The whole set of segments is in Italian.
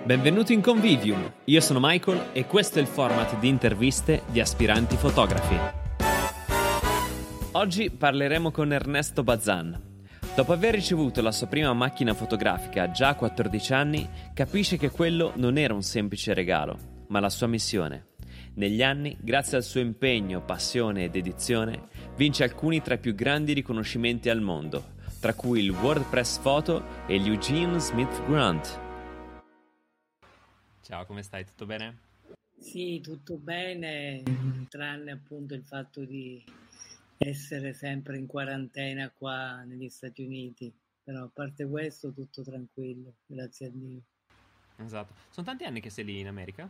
Benvenuti in Convivium, io sono Michael e questo è il format di interviste di aspiranti fotografi. Oggi parleremo con Ernesto Bazan. Dopo aver ricevuto la sua prima macchina fotografica già a 14 anni, capisce che quello non era un semplice regalo, ma la sua missione. Negli anni, grazie al suo impegno, passione e dedizione, vince alcuni tra i più grandi riconoscimenti al mondo, tra cui il World Press Photo e l'Eugene Smith Grant. Ciao, come stai? Tutto bene? Sì, tutto bene, tranne appunto il fatto di essere sempre in quarantena qua negli Stati Uniti, però a parte questo tutto tranquillo, grazie a Dio. Esatto. Sono tanti anni che sei lì in America?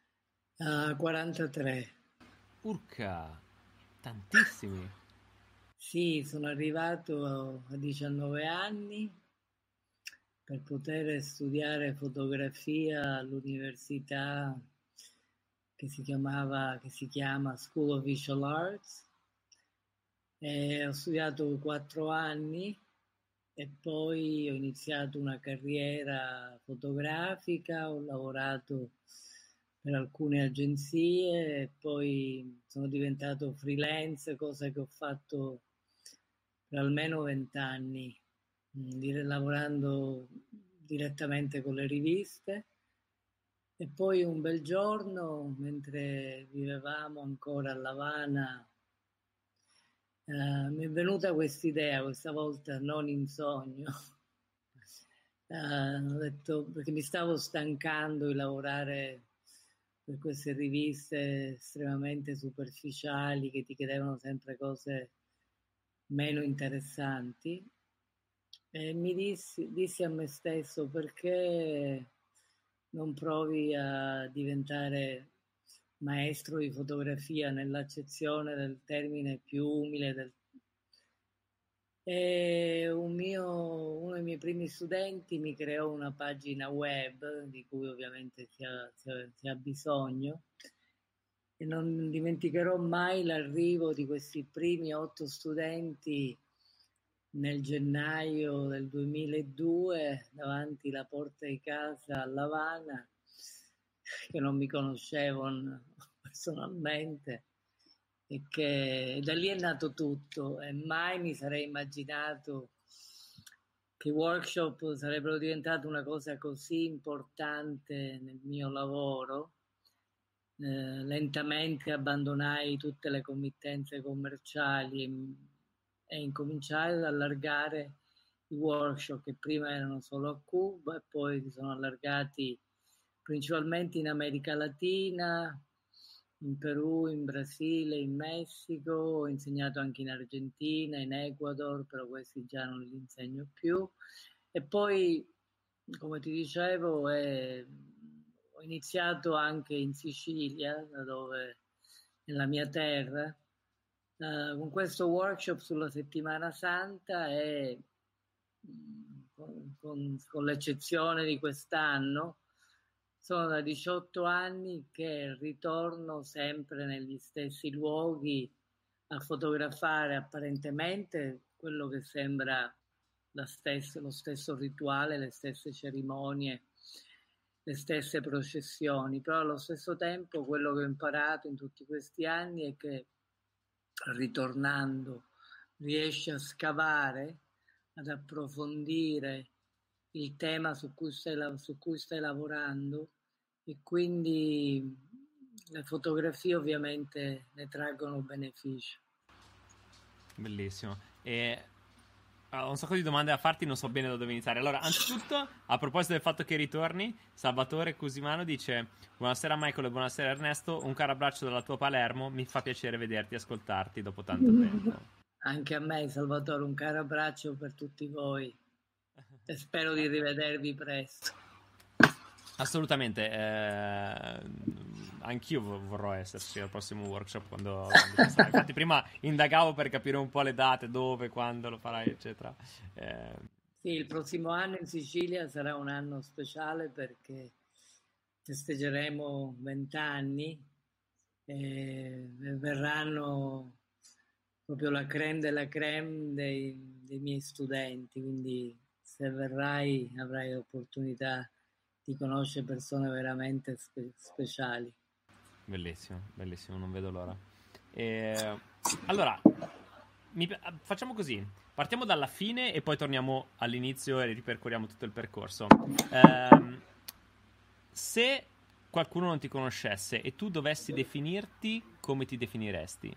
43. Urca, tantissimi. Sì, sono arrivato a 19 anni per poter studiare fotografia all'università che si chiama School of Visual Arts. Ho studiato 4 anni e poi ho iniziato una carriera fotografica, ho lavorato per alcune agenzie e poi sono diventato freelance, cosa che ho fatto per almeno 20 anni, lavorando direttamente con le riviste. E poi un bel giorno, mentre vivevamo ancora a L'Avana, mi è venuta quest'idea, questa volta non in sogno. Ho detto, perché mi stavo stancando di lavorare per queste riviste estremamente superficiali che ti chiedevano sempre cose meno interessanti. E dissi a me stesso, perché non provi a diventare maestro di fotografia nell'accezione del termine più umile. E uno dei miei primi studenti mi creò una pagina web, di cui ovviamente si ha bisogno, e non dimenticherò mai l'arrivo di questi primi 8 studenti nel gennaio del 2002 davanti alla porta di casa a L'Avana, che non mi conoscevano personalmente, e che da lì è nato tutto, e mai mi sarei immaginato che i workshop sarebbero diventati una cosa così importante nel mio lavoro. Lentamente abbandonai tutte le committenze commerciali e incominciai ad allargare i workshop, che prima erano solo a Cuba e poi si sono allargati principalmente in America Latina, in Perù, in Brasile, in Messico. Ho insegnato anche in Argentina, in Ecuador, però questi già non li insegno più. E poi, come ti dicevo, ho iniziato anche in Sicilia, da dove, nella mia terra, con questo workshop sulla Settimana Santa, e con l'eccezione di quest'anno, sono da 18 anni che ritorno sempre negli stessi luoghi a fotografare apparentemente quello che sembra lo stesso rituale, le stesse cerimonie, le stesse processioni, però allo stesso tempo quello che ho imparato in tutti questi anni è che ritornando riesci a scavare, ad approfondire il tema su cui stai lavorando, e quindi le fotografie ovviamente ne traggono beneficio. Bellissimo. E ho un sacco di domande da farti, non so bene da dove iniziare. Allora, anzitutto, a proposito del fatto che ritorni, Salvatore Cusimano dice: buonasera Michael e buonasera Ernesto, un caro abbraccio dalla tua Palermo, mi fa piacere vederti e ascoltarti dopo tanto tempo. Anche a me, Salvatore, un caro abbraccio per tutti voi e spero di rivedervi presto. Assolutamente, anch'io vorrò esserci al prossimo workshop quando ci sarà. Infatti prima indagavo per capire un po' le date, dove, quando lo farai, eccetera. Sì, il prossimo anno in Sicilia sarà un anno speciale perché festeggeremo 20 anni e verranno proprio la crème della crème dei miei studenti, quindi se verrai avrai l'opportunità di conoscere persone veramente speciali. Bellissimo, bellissimo, non vedo l'ora. E, allora, facciamo così. Partiamo dalla fine e poi torniamo all'inizio e ripercorriamo tutto il percorso. Se qualcuno non ti conoscesse e tu dovessi definirti, come ti definiresti?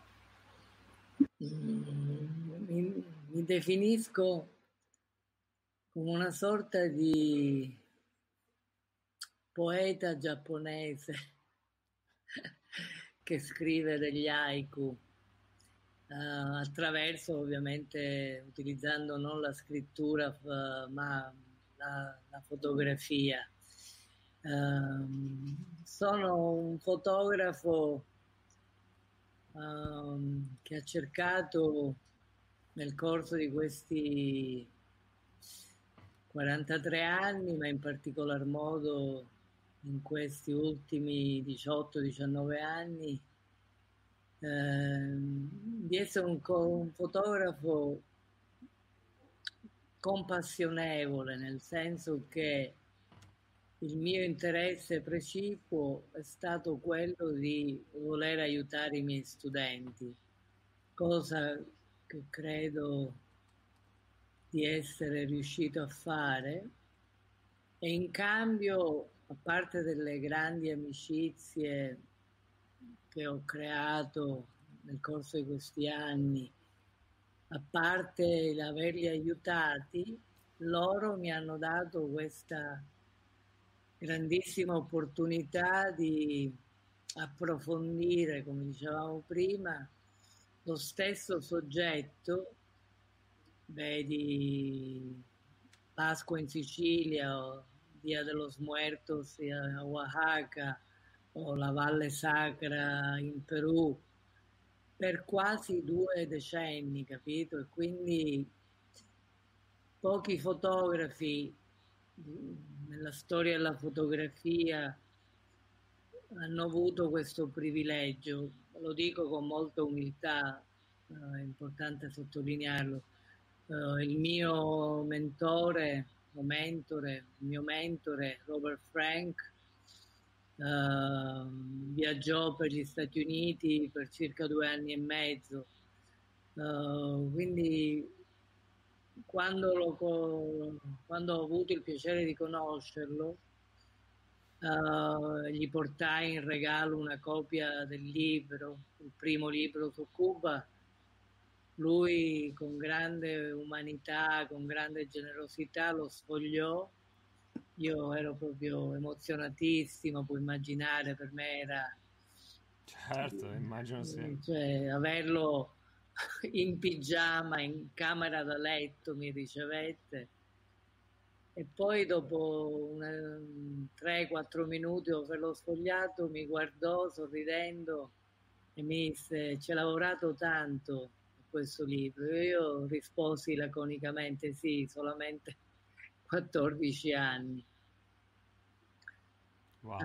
Mi definisco come una sorta di poeta giapponese che scrive degli haiku, attraverso, ovviamente, utilizzando non la scrittura ma la fotografia. Sono un fotografo che ha cercato nel corso di questi 43 anni, ma in particolar modo in questi ultimi 18-19 anni, di essere un fotografo compassionevole, nel senso che il mio interesse precipuo è stato quello di voler aiutare i miei studenti, cosa che credo di essere riuscito a fare, e in cambio, a parte delle grandi amicizie che ho creato nel corso di questi anni, a parte l'averli aiutati, loro mi hanno dato questa grandissima opportunità di approfondire, come dicevamo prima, lo stesso soggetto, vedi Pasqua in Sicilia o Dia de los Muertos a Oaxaca o la Valle Sacra in Perù, per quasi 2 decenni, capito? E quindi pochi fotografi nella storia della fotografia hanno avuto questo privilegio. Lo dico con molta umiltà, è importante sottolinearlo. Il mio mentore, il mio mentore, Robert Frank, viaggiò per gli Stati Uniti per circa 2 anni e mezzo. Quindi quando ho avuto il piacere di conoscerlo, gli portai in regalo una copia del libro, il primo libro su Cuba. Lui, con grande umanità, con grande generosità, lo sfogliò. Io ero proprio emozionatissimo, puoi immaginare, per me era... Certo, immagino sì. Cioè, averlo in pigiama, in camera da letto, mi ricevette. E poi dopo 3-4 minuti dopo averlo sfogliato mi guardò sorridendo e mi disse: ci hai lavorato tanto a questo libro. E io risposi laconicamente: sì, solamente 14 anni. Wow.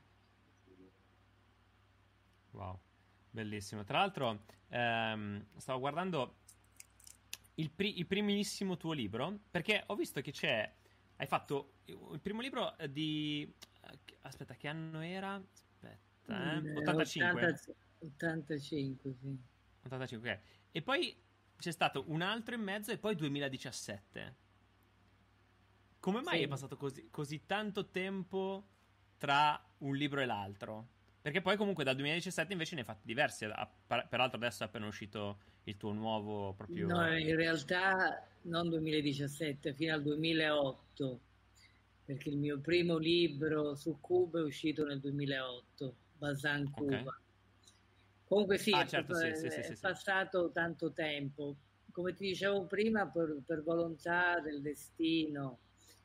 Wow, bellissimo. Tra l'altro, stavo guardando il primissimo tuo libro, perché ho visto che hai fatto il primo libro di... Aspetta, che anno era? Aspetta, 85? 85, sì. 85, ok. E poi c'è stato un altro in mezzo e poi 2017. Come mai è passato così tanto tempo tra un libro e l'altro? Perché poi comunque dal 2017 invece ne hai fatti diversi. Peraltro adesso è appena uscito il tuo nuovo proprio... No, in realtà non 2017, fino al 2008, perché il mio primo libro su Cuba è uscito nel 2008, Bazan Cuba. Okay. Comunque sì, certo, è passato tanto tempo. Come ti dicevo prima, per volontà del destino,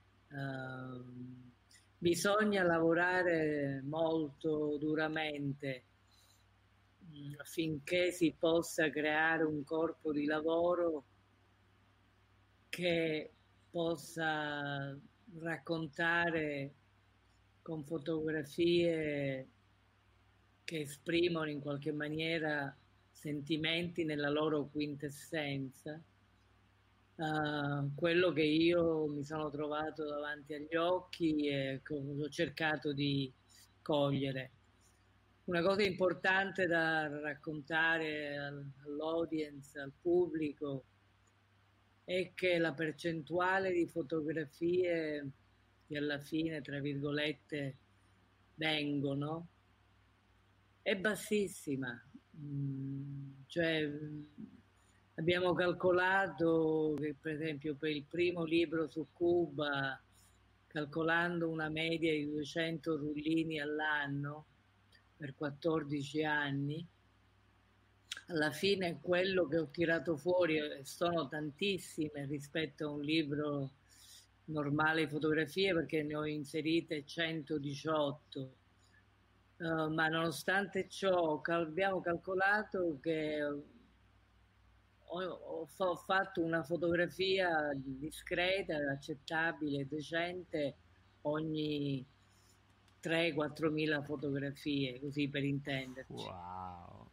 bisogna lavorare molto duramente affinché si possa creare un corpo di lavoro che possa raccontare con fotografie che esprimono in qualche maniera sentimenti nella loro quintessenza, quello che io mi sono trovato davanti agli occhi e che ho cercato di cogliere. Una cosa importante da raccontare all'audience, al pubblico, è che la percentuale di fotografie che alla fine, tra virgolette, vengono è bassissima. Cioè, abbiamo calcolato che, per esempio, per il primo libro su Cuba, calcolando una media di 200 rullini all'anno per 14 anni, alla fine quello che ho tirato fuori sono tantissime rispetto a un libro normale di fotografie, perché ne ho inserite 118. Ma nonostante ciò abbiamo calcolato che ho fatto una fotografia discreta, accettabile, decente ogni 3-4 mila fotografie, così per intenderci. Wow.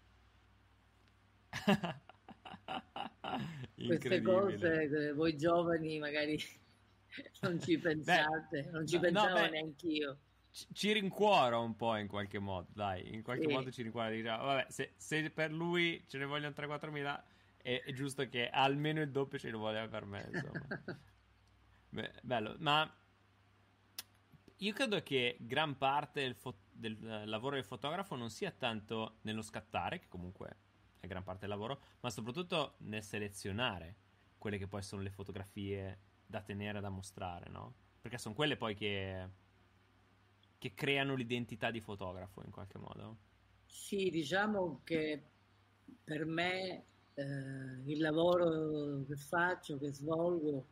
Queste Incredibile. cose voi giovani magari non ci Beh, pensate, non ci no, pensavo beh, neanch'io. ci rincuora un po' in qualche modo, dai, in qualche Sì, modo ci rincuora. Diciamo, vabbè, se per lui ce ne vogliono 3-4 mila, è giusto che almeno il doppio ce ne vuole per me, insomma. Beh, bello, ma io credo che gran parte del lavoro del fotografo non sia tanto nello scattare, che comunque è gran parte del lavoro, ma soprattutto nel selezionare quelle che poi sono le fotografie da tenere, da mostrare, no? Perché sono quelle poi che creano l'identità di fotografo in qualche modo. sì, diciamo che per me il lavoro che faccio, che svolgo,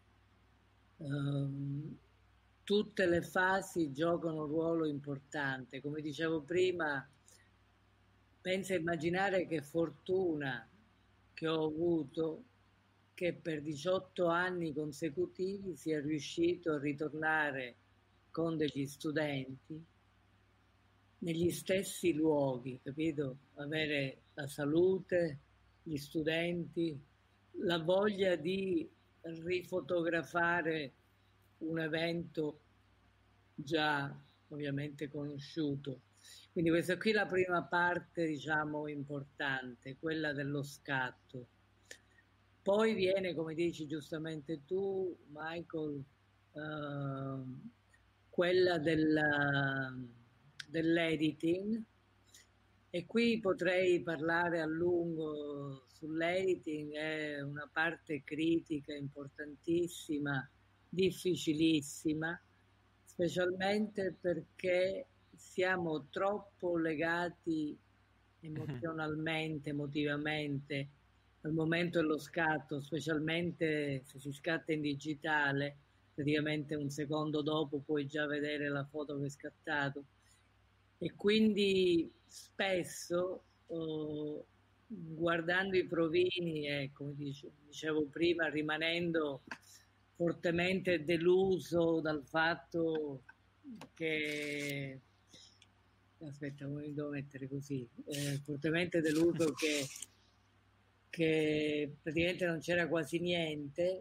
ehm, tutte le fasi giocano un ruolo importante. Come dicevo prima, pensa a immaginare che fortuna che ho avuto che per 18 anni consecutivi sia riuscito a ritornare con degli studenti negli stessi luoghi, capito? Avere la salute, gli studenti, la voglia di rifotografare un evento già ovviamente conosciuto. Quindi questa qui è la prima parte, diciamo, importante, quella dello scatto. Poi viene, come dici giustamente tu, Michael, ehm, quella dell'editing, e qui potrei parlare a lungo sull'editing, è una parte critica importantissima, difficilissima, specialmente perché siamo troppo legati emozionalmente, emotivamente al momento dello scatto, specialmente se si scatta in digitale, praticamente un secondo dopo puoi già vedere la foto che hai scattato. E quindi spesso, guardando i provini e, come dicevo prima, rimanendo fortemente deluso dal fatto che, aspetta, come mi devo mettere così, fortemente deluso che praticamente non c'era quasi niente.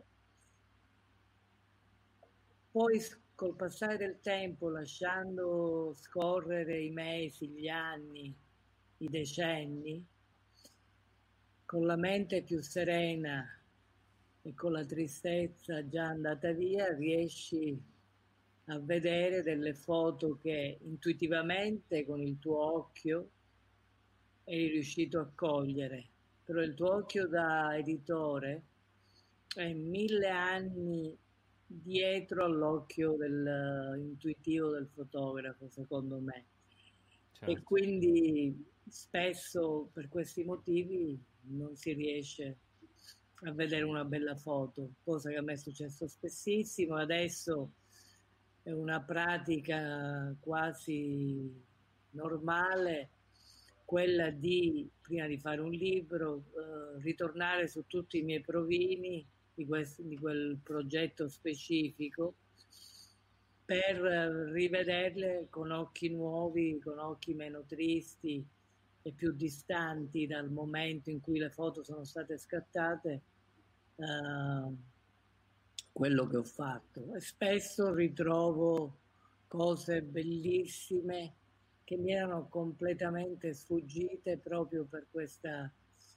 Poi col passare del tempo, lasciando scorrere i mesi, gli anni, i decenni, con la mente più serena e con la tristezza già andata via, riesci a vedere delle foto che intuitivamente con il tuo occhio eri riuscito a cogliere, però il tuo occhio da editore è 1000 anni dietro all'occhio intuitivo del fotografo, secondo me. E Certo. quindi spesso per questi motivi non si riesce a vedere una bella foto, cosa che a me è successo spessissimo. Adesso è una pratica quasi normale quella di, prima di fare un libro, ritornare su tutti i miei provini di quel progetto specifico per rivederle con occhi nuovi, con occhi meno tristi e più distanti dal momento in cui le foto sono state scattate, eh, quello che ho fatto e spesso ritrovo cose bellissime che mi erano completamente sfuggite proprio per questa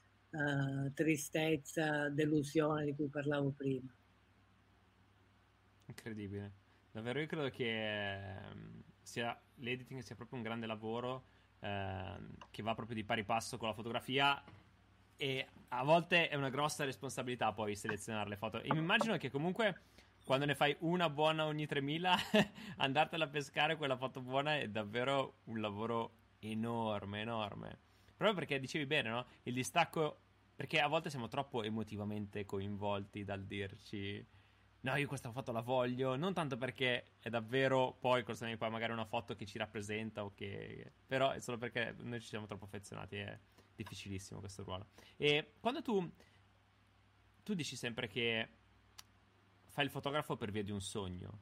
tristezza, delusione di cui parlavo prima. Incredibile. Davvero io credo che l'editing sia proprio un grande lavoro che va proprio di pari passo con la fotografia e a volte è una grossa responsabilità poi selezionare le foto. E mi immagino che comunque quando ne fai una buona ogni 3000 andartela a pescare quella foto buona è davvero un lavoro enorme, enorme. Proprio perché dicevi bene, no? Il distacco, perché a volte siamo troppo emotivamente coinvolti dal dirci no, io questa foto la voglio, non tanto perché è davvero poi poi magari una foto che ci rappresenta o che però è solo perché noi ci siamo troppo affezionati, è difficilissimo questo ruolo. E quando tu dici sempre che fai il fotografo per via di un sogno.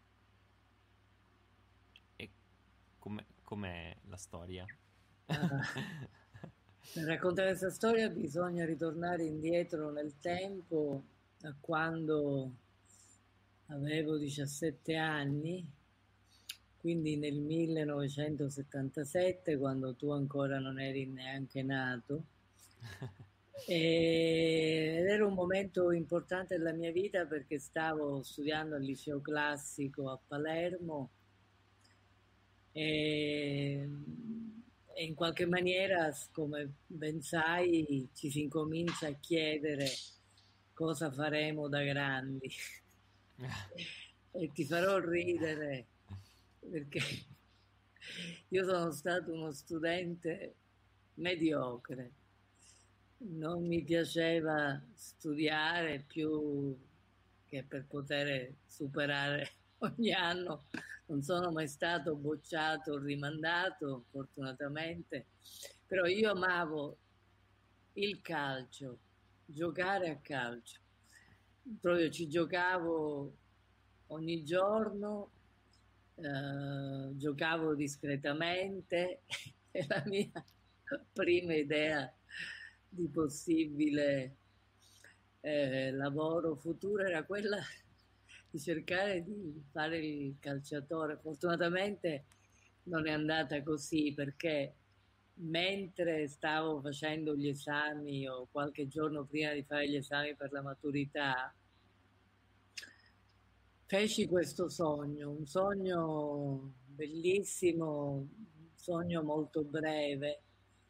E com'è la storia? Ah, per raccontare questa storia bisogna ritornare indietro nel tempo a quando avevo 17 anni, quindi nel 1977, quando tu ancora non eri neanche nato. Ed era un momento importante della mia vita perché stavo studiando al liceo classico a Palermo e, e in qualche maniera, come ben sai, ci si incomincia a chiedere cosa faremo da grandi. E ti farò ridere perché io sono stato uno studente mediocre, non mi piaceva studiare più che per poter superare ogni anno. Non sono mai stato bocciato o rimandato, fortunatamente, però io amavo il calcio, giocare a calcio. Proprio ci giocavo ogni giorno, giocavo discretamente e la mia prima idea di possibile lavoro futuro era quella di cercare di fare il calciatore. Fortunatamente non è andata così perché mentre stavo facendo gli esami o qualche giorno prima di fare gli esami per la maturità, feci questo sogno, un sogno bellissimo, un sogno molto breve,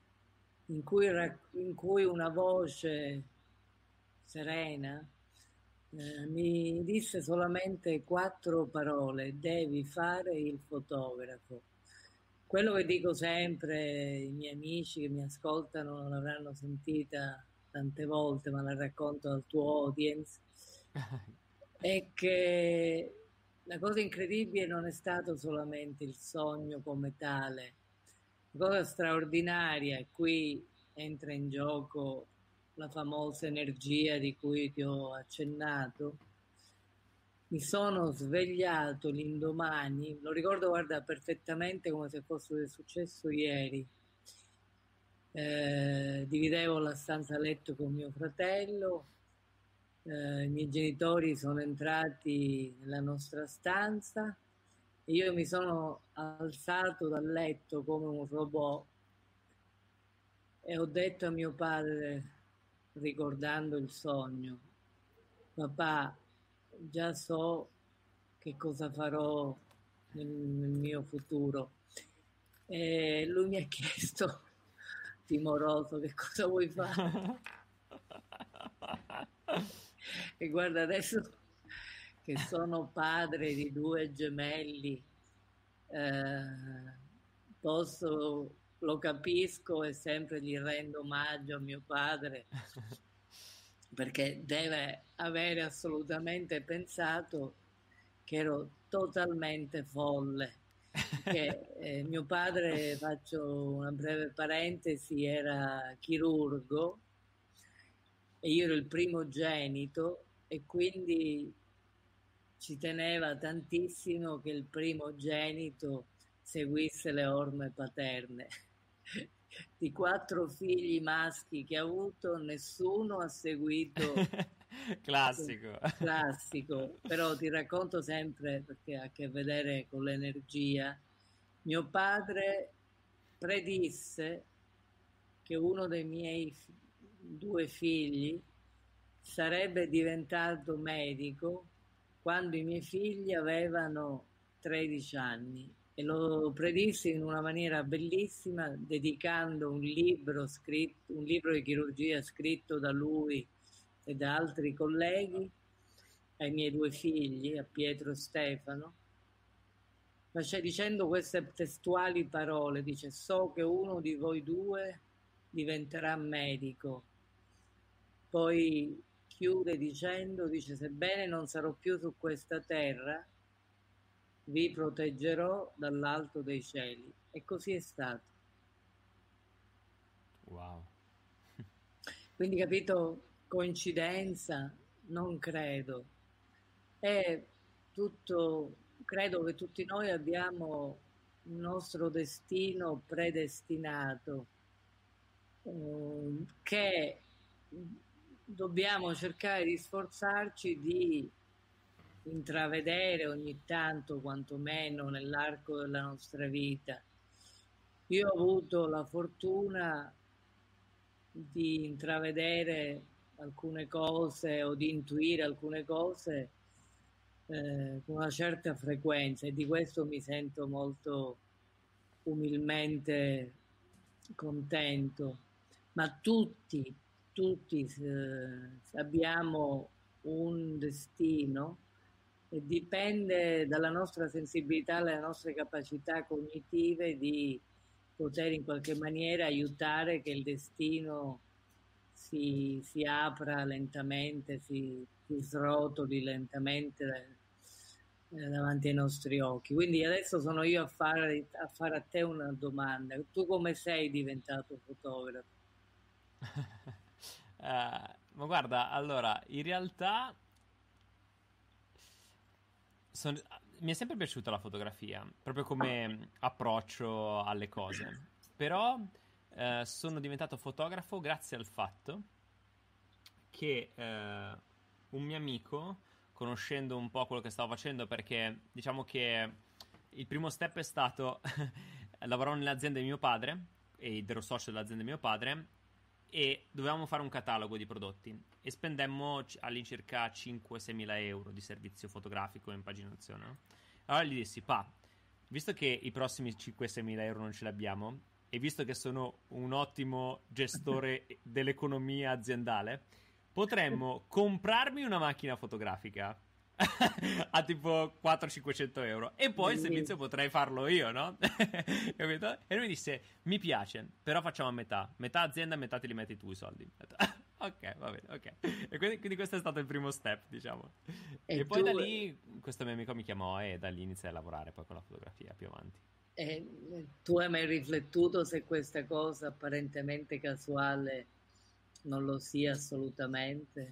in cui una voce serena mi disse solamente quattro parole: devi fare il fotografo. Quello che dico sempre, i miei amici che mi ascoltano non l'avranno sentita tante volte, ma la racconto al tuo audience, è che la cosa incredibile non è stato solamente il sogno come tale, la cosa straordinaria, e qui entra in gioco la famosa energia di cui ti ho accennato. Mi sono svegliato l'indomani, lo ricordo, guarda, perfettamente come se fosse successo ieri. Dividevo la stanza letto con mio fratello, i miei genitori sono entrati nella nostra stanza e io mi sono alzato dal letto come un robot e ho detto a mio padre, ricordando il sogno: papà, già so che cosa farò nel mio futuro. E lui mi ha chiesto, timoroso, che cosa vuoi fare? E guarda, adesso che sono padre di due gemelli, eh, lo capisco e sempre gli rendo omaggio a mio padre perché deve avere assolutamente pensato che ero totalmente folle. Che mio padre, faccio una breve parentesi, era chirurgo e io ero il primogenito e quindi ci teneva tantissimo che il primogenito seguisse le orme paterne. Di quattro figli maschi che ha avuto, nessuno ha seguito Classico. Classico, però ti racconto sempre perché ha a che vedere con l'energia. Mio padre predisse che uno dei miei due figli sarebbe diventato medico quando i miei figli avevano 13 anni e lo predisse in una maniera bellissima, dedicando un libro di chirurgia scritto da lui e da altri colleghi ai miei due figli, a Pietro e Stefano, dicendo queste testuali parole, dice: so che uno di voi due diventerà medico. Poi chiude dicendo, dice: sebbene non sarò più su questa terra, vi proteggerò dall'alto dei cieli. E così è stato. Wow. Quindi, capito, coincidenza? Non credo. È tutto, credo che tutti noi abbiamo un nostro destino predestinato, che dobbiamo cercare di sforzarci di intravedere ogni tanto, quantomeno nell'arco della nostra vita. Io ho avuto la fortuna di intravedere alcune cose o di intuire alcune cose con una certa frequenza, e di questo mi sento molto umilmente contento. Ma tutti abbiamo un destino e dipende dalla nostra sensibilità, dalle nostre capacità cognitive di poter in qualche maniera aiutare che il destino si apra lentamente, si srotoli lentamente davanti ai nostri occhi. Quindi adesso sono io a fare a te una domanda. Tu come sei diventato fotografo? Ma guarda, allora, in realtà mi è sempre piaciuta la fotografia, proprio come approccio alle cose. Però sono diventato fotografo grazie al fatto che un mio amico, conoscendo un po' quello che stavo facendo, perché diciamo che il primo step è stato lavoravo nell'azienda di mio padre ed ero socio dell'azienda di mio padre e dovevamo fare un catalogo di prodotti e spendemmo all'incirca 5-6 mila euro di servizio fotografico e impaginazione, no? Allora gli dissi: pa, visto che i prossimi 5-6 mila euro non ce li abbiamo e visto che sono un ottimo gestore dell'economia aziendale, potremmo comprarmi una macchina fotografica a tipo 400-500 euro e poi il servizio potrei farlo io, no? Capito? E lui mi disse: mi piace, però facciamo a metà azienda, a metà te li metti tu i soldi. Ok, va bene, ok. E quindi questo è stato il primo step, diciamo. E poi da lì questo mio amico mi chiamò e da lì iniziai a lavorare poi con la fotografia più avanti. Tu hai mai riflettuto se questa cosa apparentemente casuale non lo sia assolutamente?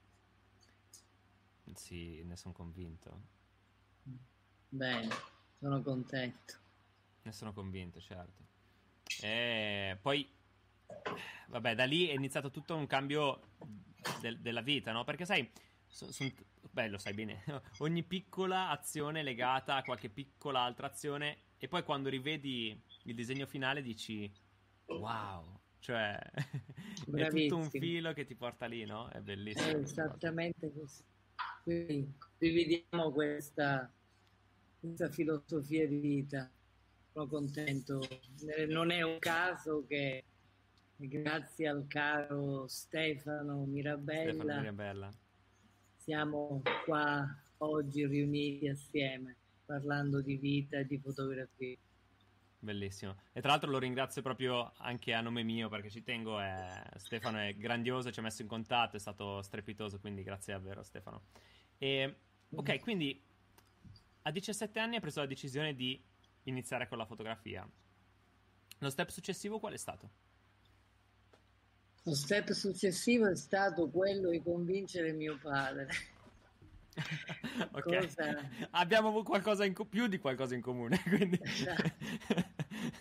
Sì, ne sono convinto. Bene, sono contento. Ne sono convinto, certo. E poi, vabbè, da lì è iniziato tutto un cambio della vita, no? Perché sai, beh, lo sai bene, ogni piccola azione legata a qualche piccola altra azione e poi quando rivedi il disegno finale dici: wow, cioè è tutto un filo che ti porta lì, no? È bellissimo. È esattamente così. Quindi condividiamo questa filosofia di vita. Sono contento. Non è un caso che grazie al caro Stefano Mirabella siamo qua oggi riuniti assieme parlando di vita e di fotografia. Bellissimo. E tra l'altro lo ringrazio proprio anche a nome mio perché ci tengo. Stefano è grandioso, ci ha messo in contatto, è stato strepitoso, quindi grazie davvero Stefano. Ok, quindi a 17 anni hai preso la decisione di iniziare con la fotografia. Lo step successivo qual è stato? Lo step successivo è stato quello di convincere mio padre. Ok, abbiamo qualcosa più di qualcosa in comune, quindi...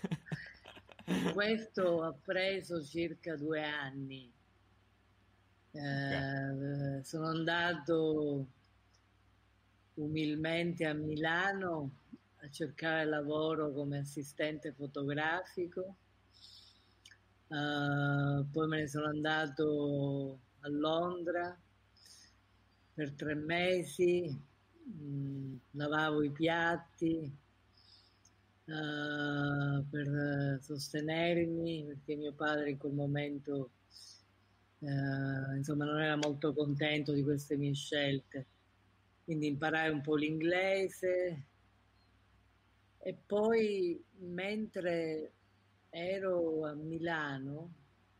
Questo ha preso circa 2 anni. Ok. Sono andato umilmente a Milano a cercare lavoro come assistente fotografico. Poi me ne sono andato a Londra per 3 mesi, lavavo i piatti per sostenermi, perché mio padre in quel momento insomma non era molto contento di queste mie scelte. Quindi imparai un po' l'inglese e poi mentre ero a Milano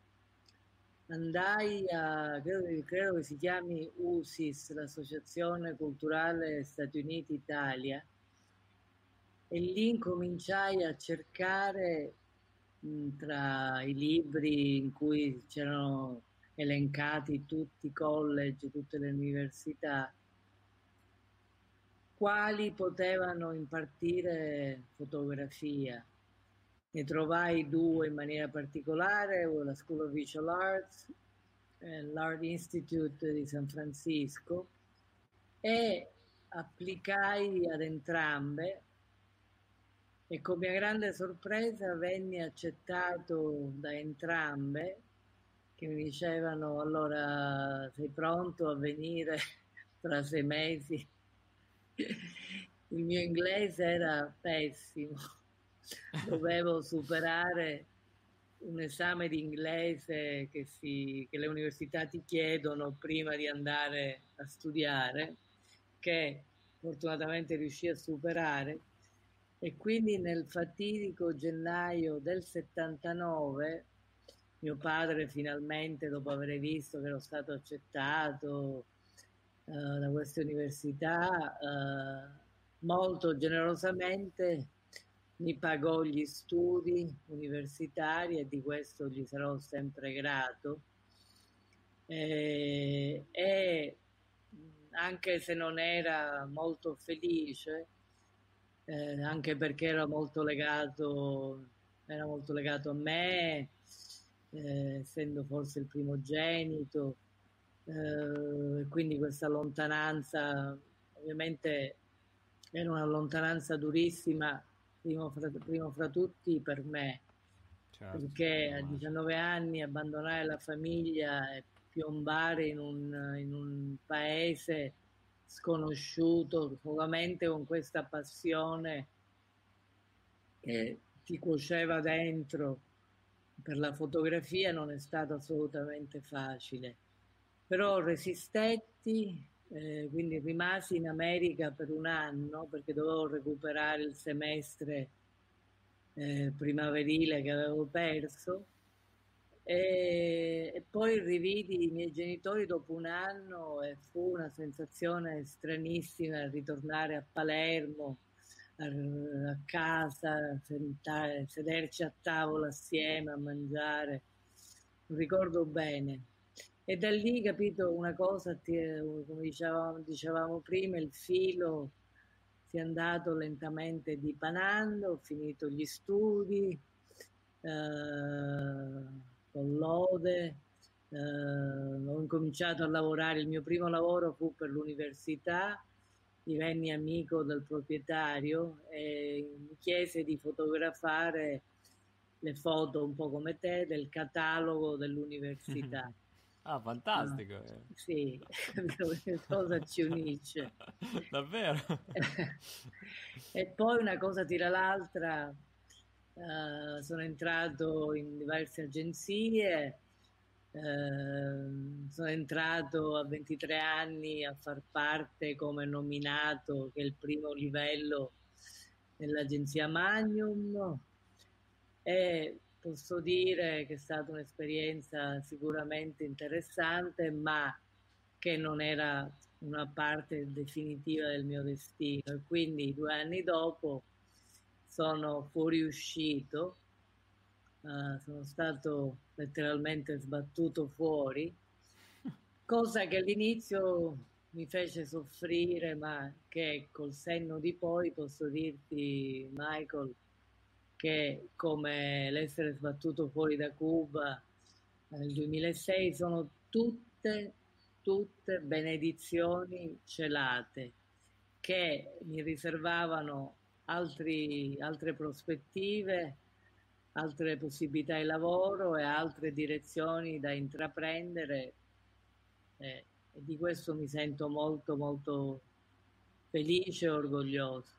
andai credo che si chiami USIS, l'Associazione Culturale Stati Uniti-Italia, e lì incominciai a cercare tra i libri in cui c'erano elencati tutti i college, tutte le università, quali potevano impartire fotografia. Ne trovai due in maniera particolare, la School of Visual Arts, l'Art Institute di San Francisco, e applicai ad entrambe e con mia grande sorpresa venni accettato da entrambe, che mi dicevano: allora sei pronto a venire tra 6 mesi? Il mio inglese era pessimo, dovevo superare un esame di inglese che le università ti chiedono prima di andare a studiare, che fortunatamente riuscì a superare. E quindi nel fatidico gennaio del 79 mio padre finalmente, dopo aver visto che ero stato accettato da queste università, molto generosamente mi pagò gli studi universitari e di questo gli sarò sempre grato. E anche se non era molto felice, anche perché era molto legato a me, essendo forse il primogenito, quindi questa lontananza ovviamente era una lontananza durissima, primo fra tutti per me, Certo, perché a immagino. 19 anni abbandonare la famiglia e piombare in un paese sconosciuto, solamente con questa passione che ti cuoceva dentro per la fotografia, non è stato assolutamente facile. Però resistetti, quindi rimasi in America per un anno perché dovevo recuperare il semestre primaverile che avevo perso. E poi rividi i miei genitori dopo un anno e fu una sensazione stranissima ritornare a Palermo, a casa, sederci a tavola assieme a mangiare. Lo ricordo bene. E da lì, capito, una cosa, come dicevamo prima, il filo si è andato lentamente dipanando, ho finito gli studi, con lode, ho incominciato a lavorare, il mio primo lavoro fu per l'università, divenni amico del proprietario e mi chiese di fotografare le foto un po' come te del catalogo dell'università. Ah, Ah, fantastico. sì, che cosa ci unisce. Davvero? E poi una cosa tira l'altra, sono entrato in diverse agenzie, sono entrato a 23 anni a far parte come nominato, che è il primo livello nell'agenzia Magnum, e posso dire che è stata un'esperienza sicuramente interessante, ma che non era una parte definitiva del mio destino. E quindi 2 anni dopo sono fuoriuscito, sono stato letteralmente sbattuto fuori, cosa che all'inizio mi fece soffrire, ma che col senno di poi posso dirti, Michael, che come l'essere sbattuto fuori da Cuba nel 2006 sono tutti tutte benedizioni celate che mi riservavano altre prospettive, altre possibilità di lavoro e altre direzioni da intraprendere, e di questo mi sento molto molto felice e orgoglioso.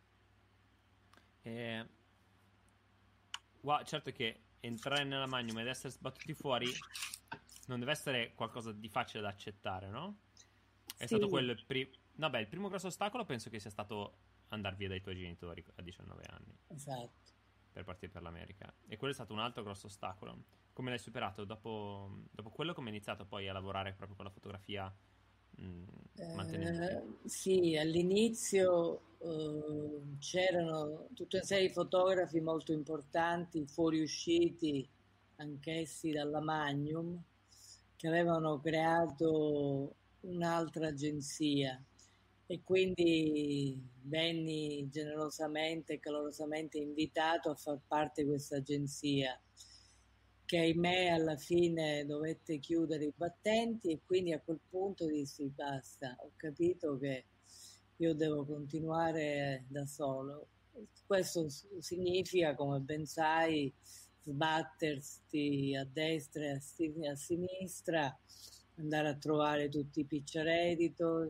Certo che entrare nella Magnum ed essere sbattuti fuori non deve essere qualcosa di facile da accettare, no? È Sì. stato quello il primo grosso ostacolo penso che sia stato andare via dai tuoi genitori a 19 anni. Esatto. Per partire per l'America. E quello è stato un altro grosso ostacolo. Come l'hai superato? Dopo quello, come hai iniziato poi a lavorare proprio con la fotografia, mantenendoti? Sì, all'inizio c'erano tutta una serie di fotografi molto importanti, fuoriusciti anch'essi dalla Magnum, che avevano creato un'altra agenzia, e quindi venni generosamente e calorosamente invitato a far parte di questa agenzia, che ahimè alla fine dovette chiudere i battenti, e quindi a quel punto dissi basta, ho capito che io devo continuare da solo. Questo significa, come ben sai, sbattersi a destra e a sinistra, andare a trovare tutti i picture editor,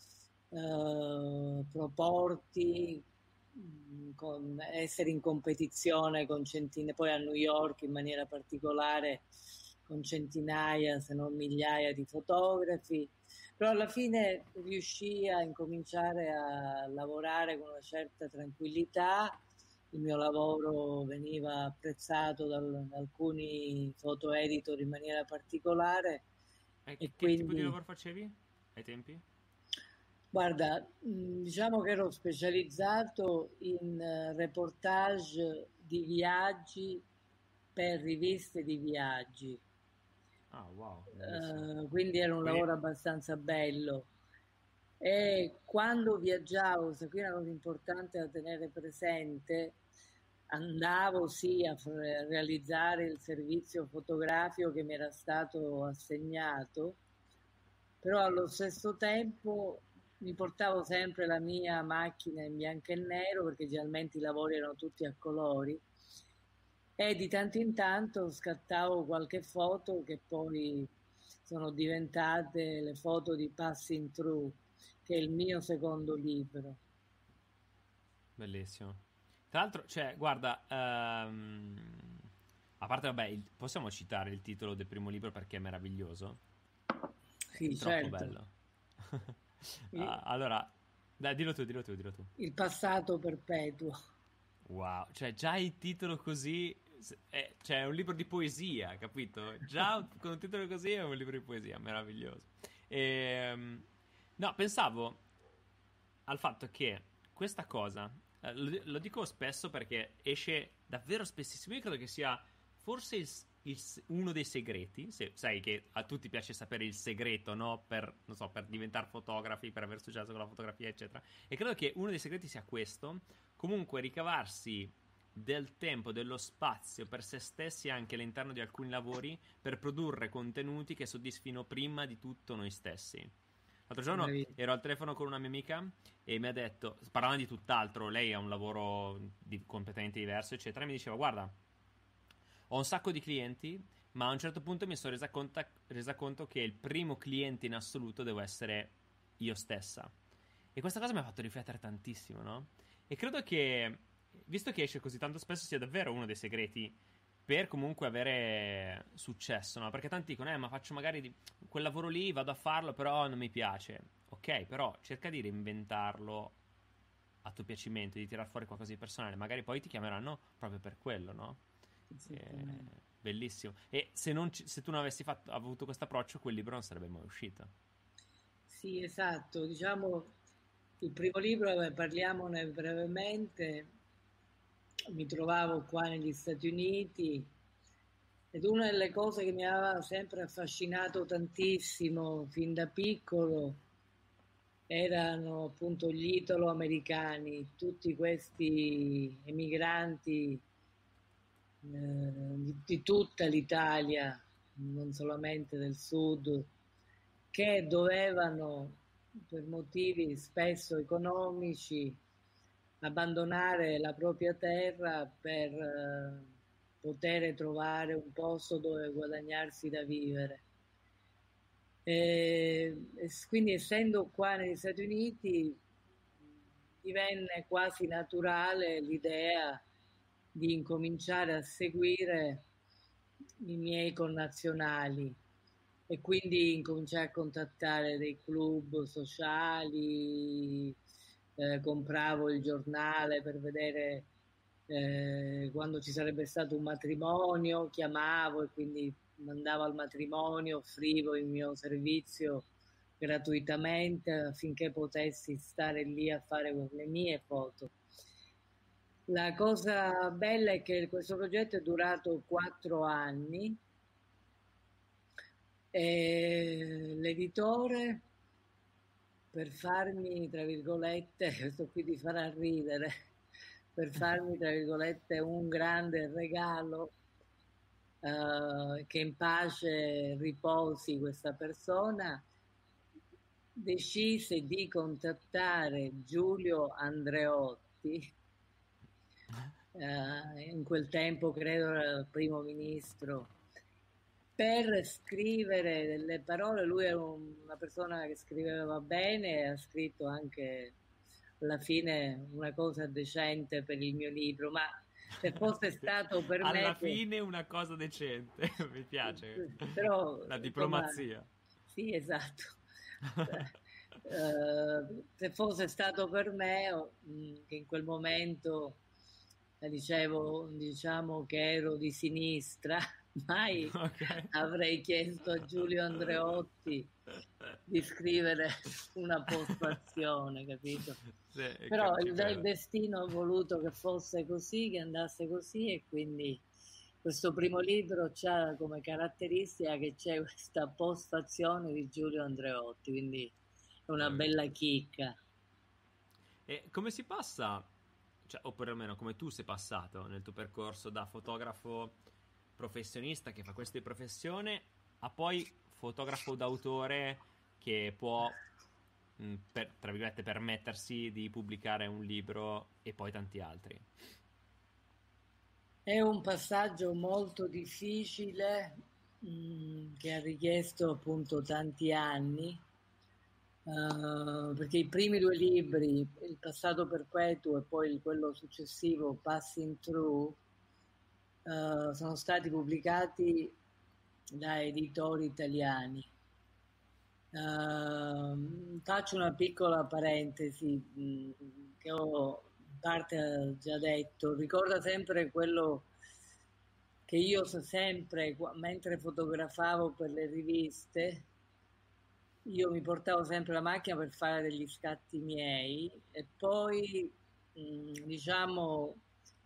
proporti, essere in competizione con centinaia, poi a New York in maniera particolare, con centinaia se non migliaia di fotografi, però alla fine riuscii a incominciare a lavorare con una certa tranquillità. Il mio lavoro veniva apprezzato da alcuni foto editor in maniera particolare, e Che tipo di quindi lavoro facevi ai tempi? guarda, diciamo che ero specializzato in reportage di viaggi per riviste di viaggi. Ah, wow, bellissimo. Quindi era un Quindi, lavoro abbastanza bello. E quando viaggiavo, questa qui è una cosa importante da tenere presente, andavo sì a realizzare il servizio fotografico che mi era stato assegnato, però allo stesso tempo mi portavo sempre la mia macchina in bianco e nero, perché generalmente i lavori erano tutti a colori, e di tanto in tanto scattavo qualche foto che poi sono diventate le foto di Passing Through, che è il mio secondo libro. bellissimo. Tra l'altro, cioè, guarda, a parte, vabbè, possiamo citare il titolo del primo libro perché è meraviglioso. È Sì, troppo certo. bello. Il, Allora, dai, dillo tu, dillo tu, dillo tu. il passato perpetuo. Wow, cioè già il titolo così, cioè è un libro di poesia, capito? Già con un titolo così è un libro di poesia, meraviglioso. Ehm, no, pensavo al fatto che questa cosa, lo dico spesso perché esce davvero spessissimo, io credo che sia forse uno dei segreti, se sai che a tutti piace sapere il segreto, no? Per, non so, per diventare fotografi, per aver successo con la fotografia, eccetera. E credo che uno dei segreti sia questo, comunque ricavarsi del tempo, dello spazio per se stessi anche all'interno di alcuni lavori per produrre contenuti che soddisfino prima di tutto noi stessi. L'altro giorno Bravissimo. ero al telefono con una mia amica e mi ha detto, parlando di tutt'altro, lei ha un lavoro completamente diverso, eccetera, e mi diceva, guarda, ho un sacco di clienti, ma a un certo punto mi sono resa conto che il primo cliente in assoluto devo essere io stessa. E questa cosa mi ha fatto riflettere tantissimo, no? E credo che, visto che esce così tanto spesso, sia davvero uno dei segreti per comunque avere successo, no? Perché tanti dicono, ma faccio magari quel lavoro lì, vado a farlo, però non mi piace. Ok, però cerca di reinventarlo a tuo piacimento, di tirar fuori qualcosa di personale. Magari poi ti chiameranno proprio per quello, no? Esattamente. Bellissimo. E se tu non avessi avuto questo approccio, quel libro non sarebbe mai uscito. Sì, esatto. Diciamo, il primo libro, parliamone brevemente, mi trovavo qua negli Stati Uniti, ed una delle cose che mi aveva sempre affascinato tantissimo fin da piccolo erano appunto gli italo-americani, tutti questi emigranti di tutta l'Italia, non solamente del sud, che dovevano, per motivi spesso economici, abbandonare la propria terra per poter trovare un posto dove guadagnarsi da vivere. Quindi essendo qua negli Stati Uniti divenne quasi naturale l'idea di incominciare a seguire i miei connazionali e quindi incominciare a contattare dei club sociali, compravo il giornale per vedere quando ci sarebbe stato un matrimonio, chiamavo e quindi mandavo al matrimonio, offrivo il mio servizio gratuitamente affinché potessi stare lì a fare le mie foto. La cosa bella è che questo progetto è durato 4 anni e l'editore, per farmi, tra virgolette, questo qui ti farà ridere, per farmi, tra virgolette, un grande regalo, che in pace riposi questa persona, decise di contattare Giulio Andreotti, in quel tempo credo era il primo ministro, per scrivere delle parole. Lui era una persona che scriveva bene e ha scritto anche alla fine una cosa decente per il mio libro, ma se fosse stato per me... Alla fine una cosa decente, mi piace. Però, La insomma, diplomazia. sì, esatto. Se fosse stato per me, che in quel momento diciamo che ero di sinistra, mai Ok. avrei chiesto a Giulio Andreotti di scrivere una postfazione, capito? Sì, Però ci il credo. destino ha voluto che fosse così, che andasse così, e quindi questo primo libro c'ha come caratteristica che c'è questa postfazione di Giulio Andreotti, quindi è una Ho capito. bella chicca. E come si passa, cioè, o perlomeno come tu sei passato nel tuo percorso da fotografo professionista che fa questo di professione a poi fotografo d'autore che può, tra virgolette, permettersi di pubblicare un libro e poi tanti altri? È un passaggio molto difficile, che ha richiesto appunto tanti anni, perché i primi due libri, Il passato perpetuo e poi quello successivo, Passing Through, sono stati pubblicati da editori italiani. Faccio una piccola parentesi, che ho in parte già detto. Ricorda sempre quello che io sempre, mentre fotografavo per le riviste, io mi portavo sempre la macchina per fare degli scatti miei e poi, diciamo,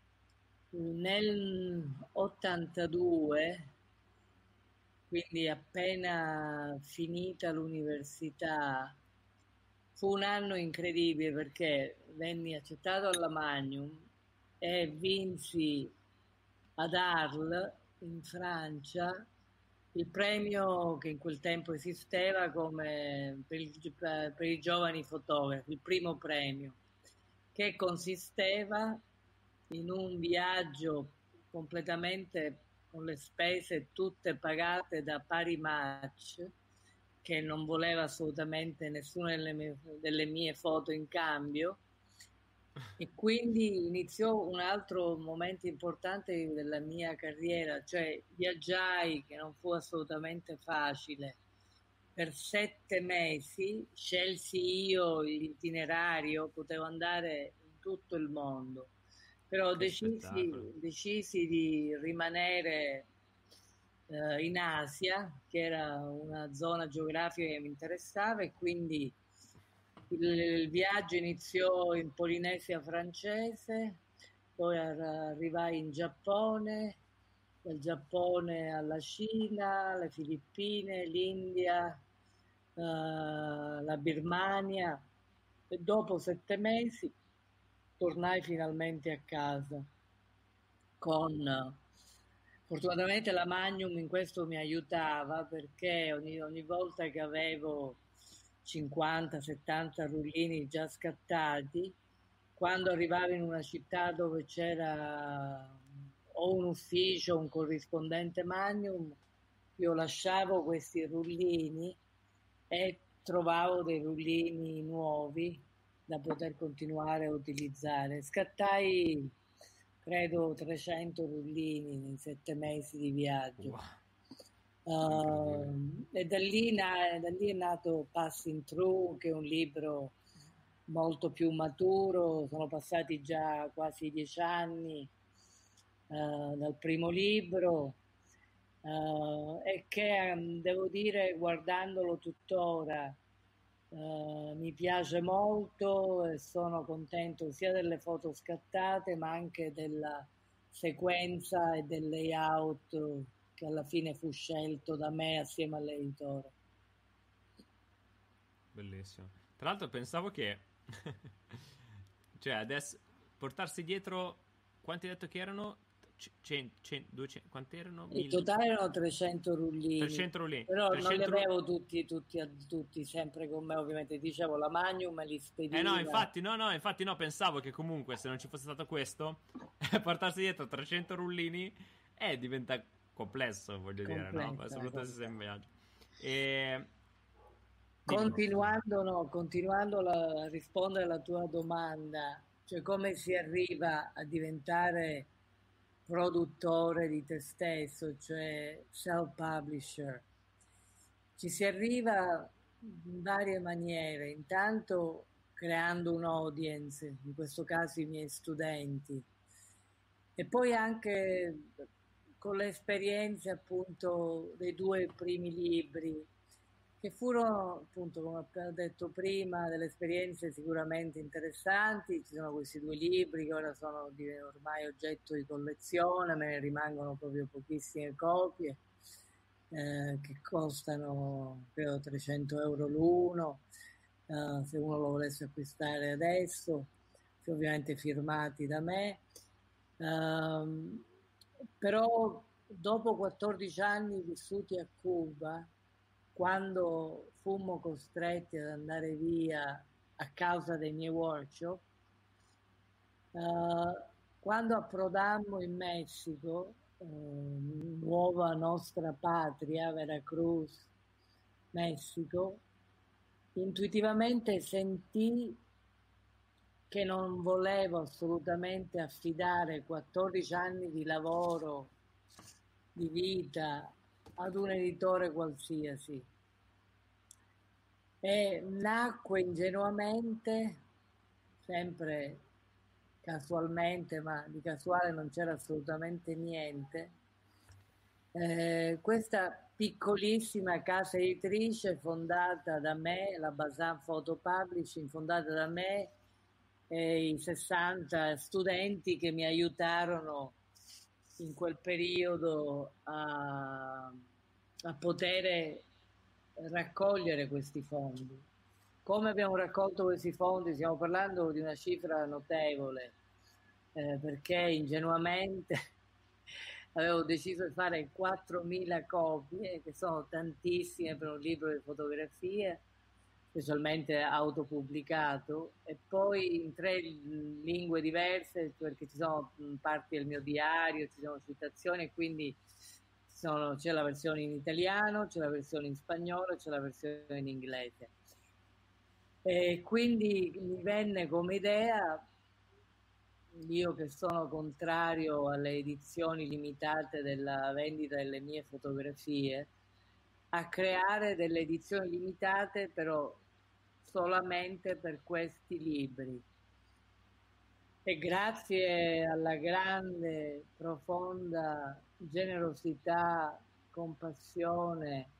nel 82, quindi appena finita l'università, fu un anno incredibile perché venni accettato alla Magnum e vinsi ad Arles, in Francia, il premio che in quel tempo esisteva come per i giovani fotografi, il primo premio, che consisteva in un viaggio completamente con le spese tutte pagate da Parimatch, che non voleva assolutamente nessuna delle mie foto in cambio, e quindi iniziò un altro momento importante della mia carriera, cioè viaggiai, che non fu assolutamente facile, per 7 mesi, scelsi io l'itinerario, potevo andare in tutto il mondo, però Che spettacolo. decisi di rimanere in Asia, che era una zona geografica che mi interessava, e quindi il viaggio iniziò in Polinesia francese, poi arrivai in Giappone, dal Giappone alla Cina, alle Filippine, l'India, la Birmania, e dopo 7 mesi tornai finalmente a casa con Fortunatamente la Magnum in questo mi aiutava perché ogni volta che avevo 50-70 rullini già scattati, quando arrivavo in una città dove c'era o un ufficio o un corrispondente Magnum, io lasciavo questi rullini e trovavo dei rullini nuovi da poter continuare a utilizzare. Scattai, credo, 300 rullini in 7 mesi di viaggio. Wow, incredibile. E da lì è nato Passing Through, che è un libro molto più maturo. Sono passati già quasi 10 anni dal primo libro, e che devo dire, guardandolo tuttora, mi piace molto e sono contento sia delle foto scattate, ma anche della sequenza e del layout che alla fine fu scelto da me assieme all'editore. Bellissimo. Tra l'altro pensavo che cioè adesso portarsi dietro quanti hai detto che erano? 100, 200, quanti erano? In 1000? totale erano 300 rullini, 300 rullini. però non li 300 avevo tutti sempre con me, ovviamente. Dicevo, la Magnum me li spediva. infatti no, pensavo che comunque se non ci fosse stato questo, portarsi dietro 300 rullini diventa complesso, voglio dire, no? Soprattutto se sei in viaggio. E... dimmi. Continuando a rispondere alla tua domanda, cioè come si arriva a diventare produttore di te stesso, cioè self-publisher. Ci si arriva in varie maniere, intanto creando un audience, in questo caso i miei studenti, e poi anche con le esperienze appunto dei 2 primi libri, che furono appunto, come ho appena detto prima, delle esperienze sicuramente interessanti. Ci sono questi 2 libri che ora sono ormai oggetto di collezione, me ne rimangono proprio pochissime copie, che costano credo 300 euro l'uno, se uno lo volesse acquistare adesso, ovviamente firmati da me. Però dopo 14 anni vissuti a Cuba, quando fummo costretti ad andare via a causa dei miei workshop, quando approdammo in Messico, nuova nostra patria, Veracruz, Messico, intuitivamente sentii che non volevo assolutamente affidare 14 anni di lavoro, di vita, ad un editore qualsiasi. E nacque ingenuamente, sempre casualmente, ma di casuale non c'era assolutamente niente, questa piccolissima casa editrice fondata da me, la Bazan Photo Publishing, fondata da me e i 60 studenti che mi aiutarono in quel periodo a poter raccogliere questi fondi. Come abbiamo raccolto questi fondi? Stiamo parlando di una cifra notevole, perché ingenuamente avevo deciso di fare 4.000 copie, che sono tantissime per un libro di fotografie, specialmente autopubblicato, e poi in 3 lingue diverse, perché ci sono parti del mio diario, ci sono citazioni, e quindi c'è la versione in italiano, c'è la versione in spagnolo, c'è la versione in inglese. E quindi mi venne come idea, io che sono contrario alle edizioni limitate della vendita delle mie fotografie, a creare delle edizioni limitate però solamente per questi libri. E grazie alla grande, profonda generosità, compassione,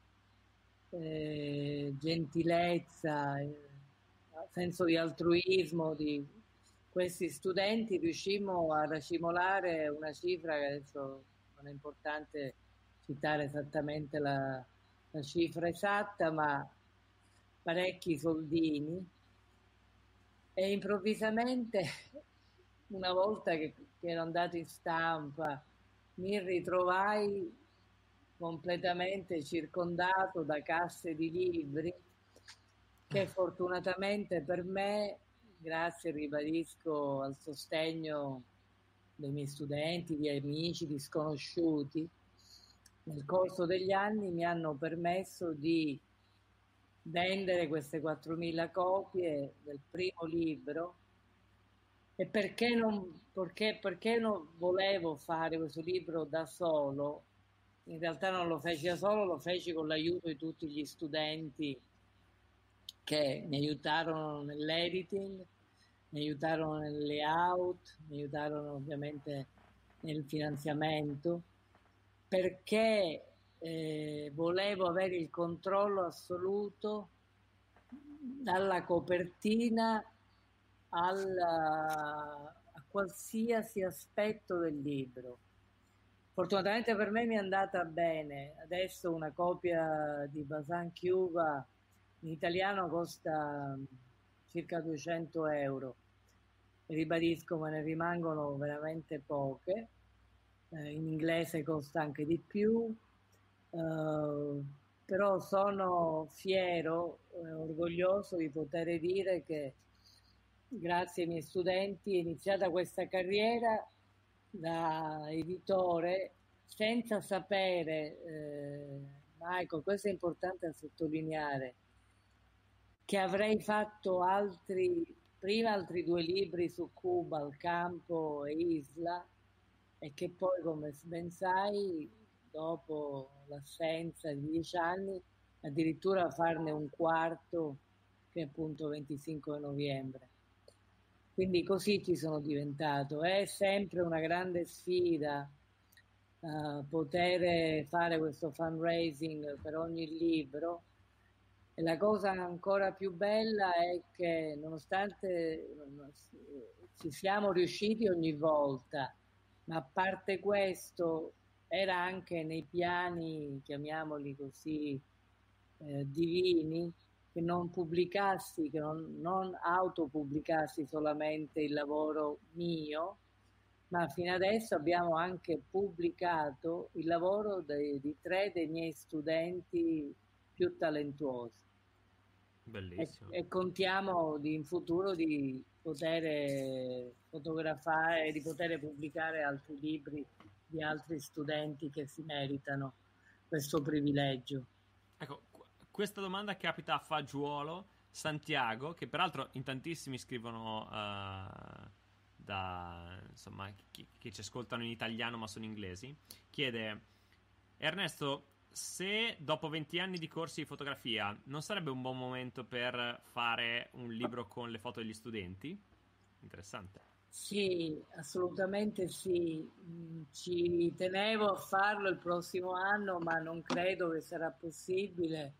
gentilezza, senso di altruismo di questi studenti, riuscimmo a racimolare una cifra che adesso non è importante citare esattamente la cifra esatta, ma parecchi soldini. E improvvisamente, una volta che ero andato in stampa mi ritrovai completamente circondato da casse di libri che fortunatamente per me, grazie, ribadisco, al sostegno dei miei studenti, di amici, di sconosciuti, nel corso degli anni mi hanno permesso di vendere queste 4.000 copie del primo libro. E perché non volevo fare questo libro da solo? In realtà non lo feci da solo, lo feci con l'aiuto di tutti gli studenti che mi aiutarono nell'editing, mi aiutarono nel layout, mi aiutarono ovviamente nel finanziamento, perché volevo avere il controllo assoluto dalla copertina a qualsiasi aspetto del libro. Fortunatamente per me mi è andata bene. Adesso una copia di Bazan Chiuva in italiano costa circa 200 euro. Ribadisco, me ne rimangono veramente poche. In inglese costa anche di più. Però sono fiero e orgoglioso di poter dire che grazie ai miei studenti è iniziata questa carriera da editore senza sapere, Michael, questo è importante da sottolineare, che avrei fatto prima altri 2 libri su Cuba, Il campo e Isla, e che poi, come ben sai, dopo l'assenza di 10 anni, addirittura farne un quarto, che è appunto 25 novembre. Quindi così ci sono diventato. È sempre una grande sfida poter fare questo fundraising per ogni libro. E la cosa ancora più bella è che nonostante ci siamo riusciti ogni volta, ma a parte questo era anche nei piani, chiamiamoli così, divini, che non pubblicassi, che non autopubblicassi solamente il lavoro mio, ma fino adesso abbiamo anche pubblicato il lavoro di 3 dei miei studenti più talentuosi. Bellissimo. E contiamo in futuro di poter fotografare, di poter pubblicare altri libri di altri studenti che si meritano questo privilegio. Ecco, questa domanda capita a Fagiuolo Santiago, che peraltro in tantissimi scrivono insomma, che ci ascoltano in italiano ma sono inglesi. Chiede: Ernesto, se dopo 20 anni di corsi di fotografia non sarebbe un buon momento per fare un libro con le foto degli studenti? Interessante. Sì, assolutamente sì. Ci tenevo a farlo il prossimo anno, ma non credo che sarà possibile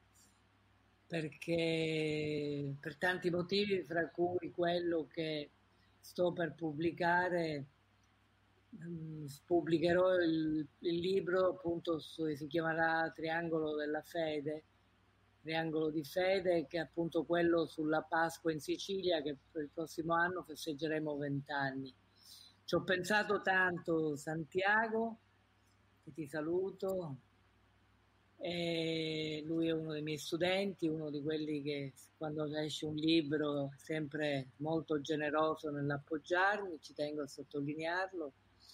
perché per tanti motivi, fra cui quello che sto per pubblicare. Pubblicherò il libro appunto si chiamerà Triangolo della Fede, Triangolo di Fede, che è appunto quello sulla Pasqua in Sicilia, che per il prossimo anno festeggeremo 20 anni. Ci ho pensato tanto, Santiago, che ti saluto, e lui è uno dei miei studenti, uno di quelli che quando esce un libro è sempre molto generoso nell'appoggiarmi, ci tengo a sottolinearlo.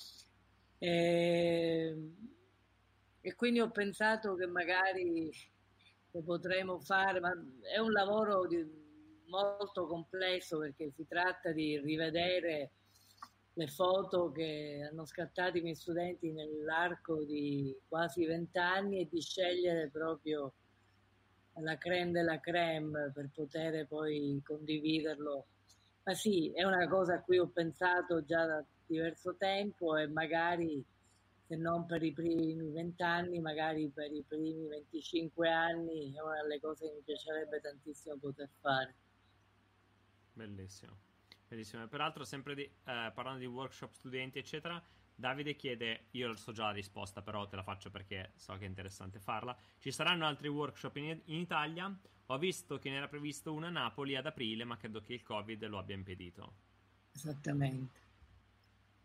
E quindi ho pensato che magari lo potremo fare, ma è un lavoro molto complesso perché si tratta di rivedere le foto che hanno scattato i miei studenti nell'arco di quasi 20 anni e di scegliere proprio la crème della crème per poter poi condividerlo. Ma sì, è una cosa a cui ho pensato già da diverso tempo e magari, se non per i primi 20 anni, magari per i primi 25 anni è una delle cose che mi piacerebbe tantissimo poter fare. Bellissimo. Bellissimo. Peraltro, sempre parlando di workshop studenti, eccetera, Davide chiede, io so già la risposta, però te la faccio perché so che è interessante farla. Ci saranno altri workshop in Italia? Ho visto che ne era previsto uno a Napoli ad aprile, ma credo che il Covid lo abbia impedito. Esattamente.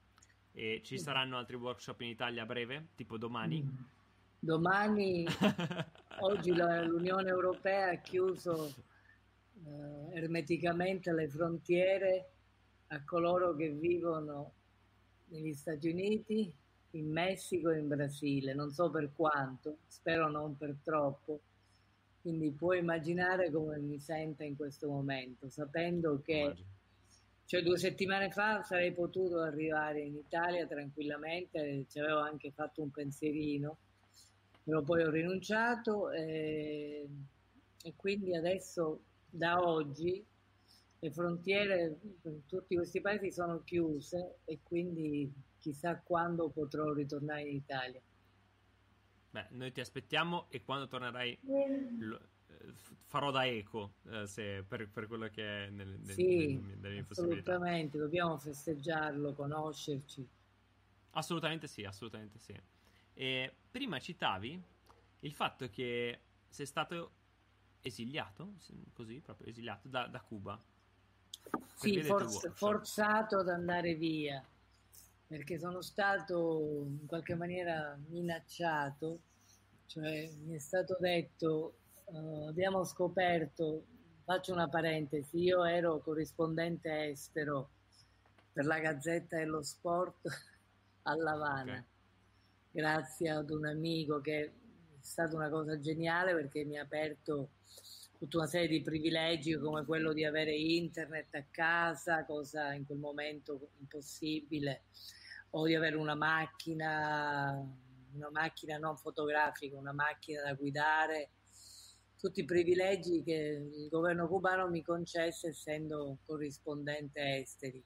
E ci saranno altri workshop in Italia a breve, tipo domani? Domani, oggi l'Unione Europea ha chiuso ermeticamente le frontiere a coloro che vivono negli Stati Uniti, in Messico e in Brasile. Non so per quanto, spero non per troppo. Quindi puoi immaginare come mi senta in questo momento, sapendo che Immagino. cioè 2 settimane fa sarei potuto arrivare in Italia tranquillamente, ci avevo anche fatto un pensierino, però poi ho rinunciato e quindi adesso da oggi le frontiere per tutti questi paesi sono chiuse e quindi chissà quando potrò ritornare in Italia. Beh, noi ti aspettiamo e quando tornerai farò da eco per quello che è Sì, nelle mie possibilità. assolutamente, dobbiamo festeggiarlo, conoscerci. Assolutamente sì, assolutamente sì. E prima citavi il fatto che sei stato esiliato, così proprio esiliato da Cuba per Sì, via dei tuoi workshop. forzato ad andare via, perché sono stato in qualche maniera minacciato, cioè mi è stato detto, abbiamo scoperto, faccio una parentesi, io ero corrispondente estero per la Gazzetta dello Sport a L'Avana, Ok. grazie ad un amico che è stata una cosa geniale perché mi ha aperto tutta una serie di privilegi come quello di avere internet a casa, cosa in quel momento impossibile, o di avere una macchina non fotografica, una macchina da guidare, tutti i privilegi che il governo cubano mi concesse essendo corrispondente esteri.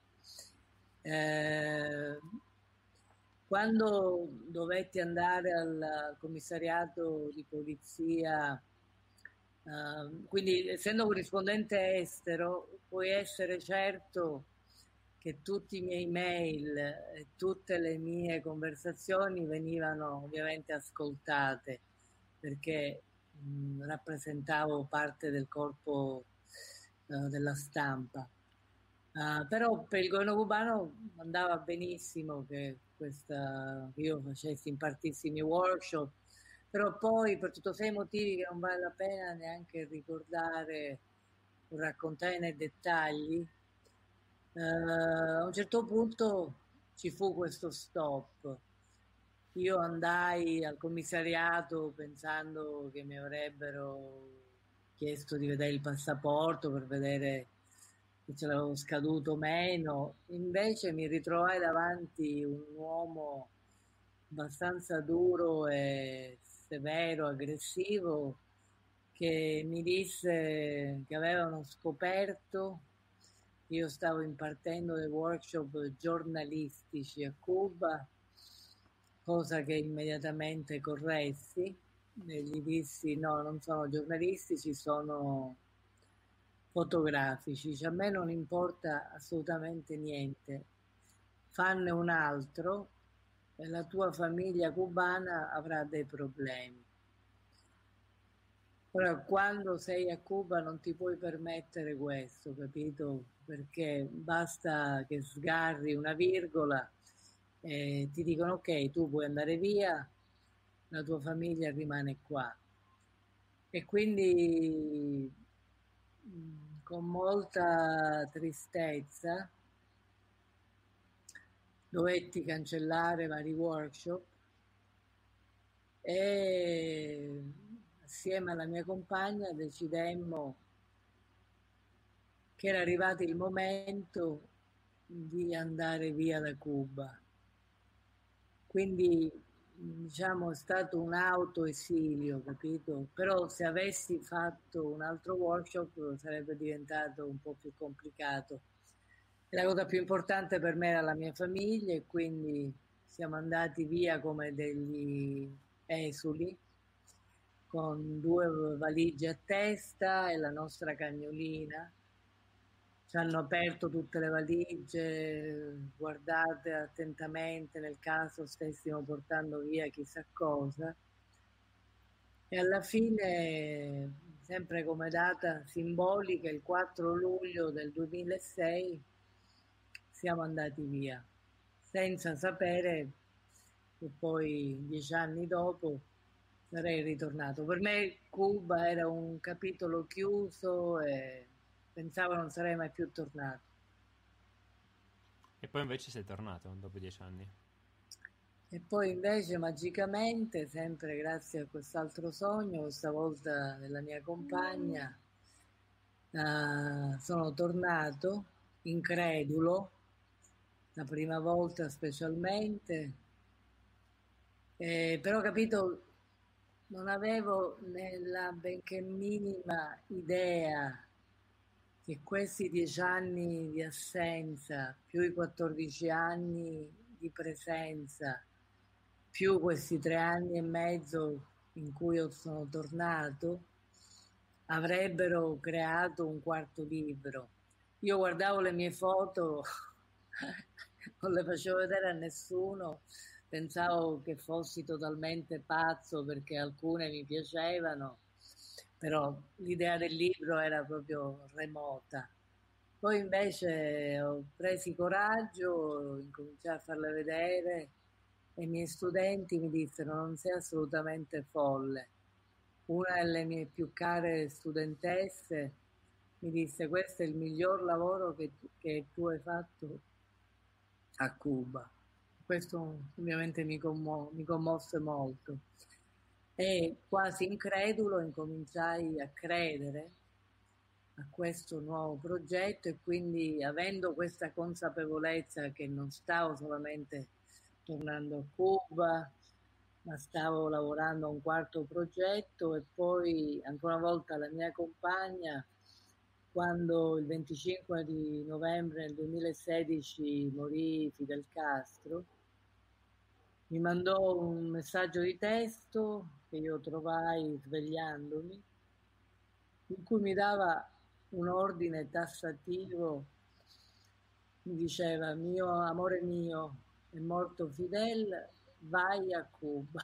Eh, Quando dovetti andare al commissariato di polizia, quindi essendo corrispondente estero, puoi essere certo che tutti i miei mail e tutte le mie conversazioni venivano ovviamente ascoltate perché rappresentavo parte del corpo della stampa. Però per il governo cubano andava benissimo che io facessi, impartissi i miei workshop, però poi per tutta una serie di motivi che non vale la pena neanche ricordare o raccontare nei dettagli, a un certo punto ci fu questo stop. Io andai al commissariato pensando che mi avrebbero chiesto di vedere il passaporto per vedere se ce l'avevo scaduto o meno. Invece mi ritrovai davanti un uomo abbastanza duro e severo, aggressivo, che mi disse che avevano scoperto che io stavo impartendo dei workshop giornalistici a Cuba, cosa che immediatamente corressi e gli dissi no, non sono giornalistici, sono fotografici, cioè, a me non importa assolutamente niente, fanne un altro e la tua famiglia cubana avrà dei problemi. Ora, quando sei a Cuba non ti puoi permettere questo, capito? Perché basta che sgarri una virgola e ti dicono ok, tu puoi andare via, la tua famiglia rimane qua. E quindi con molta tristezza dovetti cancellare vari workshop e assieme alla mia compagna decidemmo che era arrivato il momento di andare via da Cuba. Quindi diciamo è stato un autoesilio, capito? Però se avessi fatto un altro workshop sarebbe diventato un po' più complicato. E la cosa più importante per me era la mia famiglia e quindi siamo andati via come degli esuli con 2 valigie a testa e la nostra cagnolina. Ci hanno aperto tutte le valigie, guardate attentamente nel caso stessimo portando via chissà cosa. E alla fine, sempre come data simbolica, il 4 luglio del 2006 siamo andati via. senza sapere che poi 10 anni dopo sarei ritornato. Per me Cuba era un capitolo chiuso e pensavo non sarei mai più tornato. E poi invece sei tornato dopo 10 anni. E poi invece magicamente, sempre grazie a quest'altro sogno, questa volta della mia compagna, sono tornato incredulo, la prima volta specialmente, però capito, non avevo nella benché minima idea che questi 10 anni di assenza, più i 14 anni di presenza, più questi 3 anni e mezzo in cui sono tornato, avrebbero creato un quarto libro. Io guardavo le mie foto, non le facevo vedere a nessuno, pensavo che fossi totalmente pazzo perché alcune mi piacevano, però l'idea del libro era proprio remota. Poi invece ho preso coraggio, incominciai a farle vedere e i miei studenti mi dissero non sei assolutamente folle. Una delle mie più care studentesse mi disse questo è il miglior lavoro che tu hai fatto a Cuba. Questo ovviamente mi commosse molto e quasi incredulo incominciai a credere a questo nuovo progetto e quindi avendo questa consapevolezza che non stavo solamente tornando a Cuba, ma stavo lavorando a un quarto progetto e poi ancora una volta la mia compagna, quando il 25 di novembre del 2016 morì Fidel Castro, mi mandò un messaggio di testo che io trovai svegliandomi, in cui mi dava un ordine tassativo, mi diceva, mio amore mio, è morto Fidel, vai a Cuba.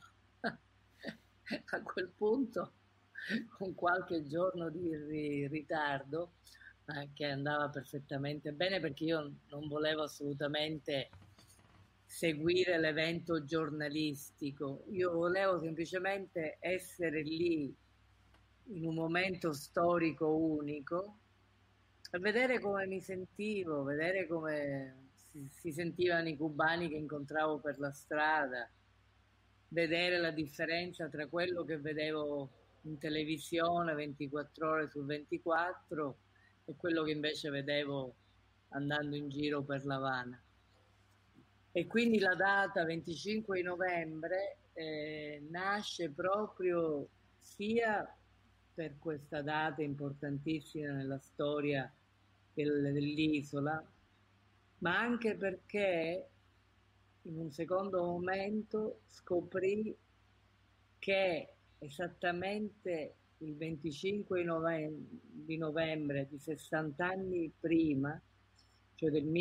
A quel punto, con qualche giorno di ritardo, che andava perfettamente bene perché io non volevo assolutamente seguire l'evento giornalistico, io volevo semplicemente essere lì in un momento storico unico e vedere come mi sentivo, vedere come si sentivano i cubani che incontravo per la strada, vedere la differenza tra quello che vedevo in televisione 24 ore su 24 e quello che invece vedevo andando in giro per l'Havana. E quindi la data 25 di novembre nasce proprio sia per questa data importantissima nella storia dell'isola, ma anche perché in un secondo momento scoprì che esattamente il 25 di novembre di 60 anni prima, cioè del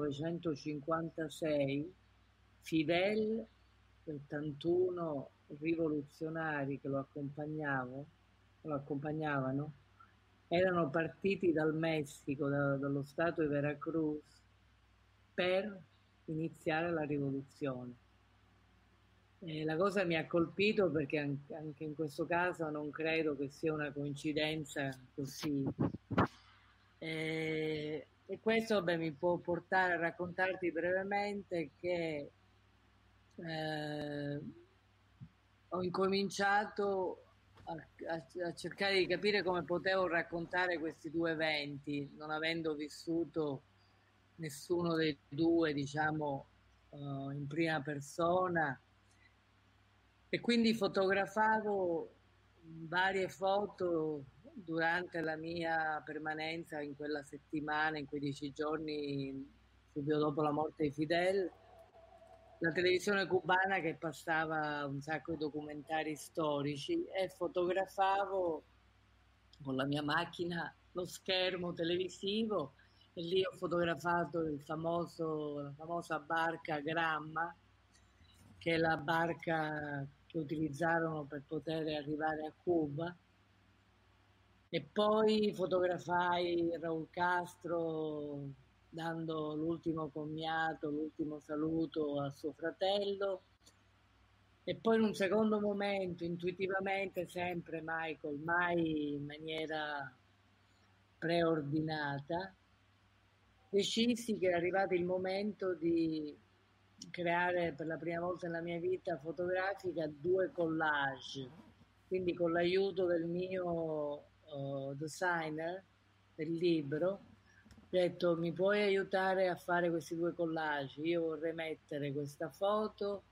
1956, Fidel e 81 rivoluzionari che lo accompagnavano, erano partiti dal Messico, dallo stato di Veracruz, per iniziare la rivoluzione. La cosa mi ha colpito perché anche in questo caso non credo che sia una coincidenza così. E questo mi può portare a raccontarti brevemente che eh, ho incominciato a cercare di capire come potevo raccontare questi due eventi, non avendo vissuto nessuno dei due, diciamo, in prima persona. E quindi fotografavo varie foto durante la mia permanenza in quella settimana, in quei 10 giorni, subito dopo la morte di Fidel, la televisione cubana che passava un sacco di documentari storici e fotografavo con la mia macchina lo schermo televisivo e lì ho fotografato la famosa barca Gramma, che è la barca che utilizzarono per poter arrivare a Cuba. E poi fotografai Raul Castro dando l'ultimo commiato, l'ultimo saluto a suo fratello. E poi in un secondo momento, intuitivamente, sempre Michael, mai in maniera preordinata, decisi che era arrivato il momento di creare per la prima volta nella mia vita fotografica 2 collage, quindi con l'aiuto del mio designer del libro, ho detto mi puoi aiutare a fare questi 2 collage, io vorrei mettere questa foto,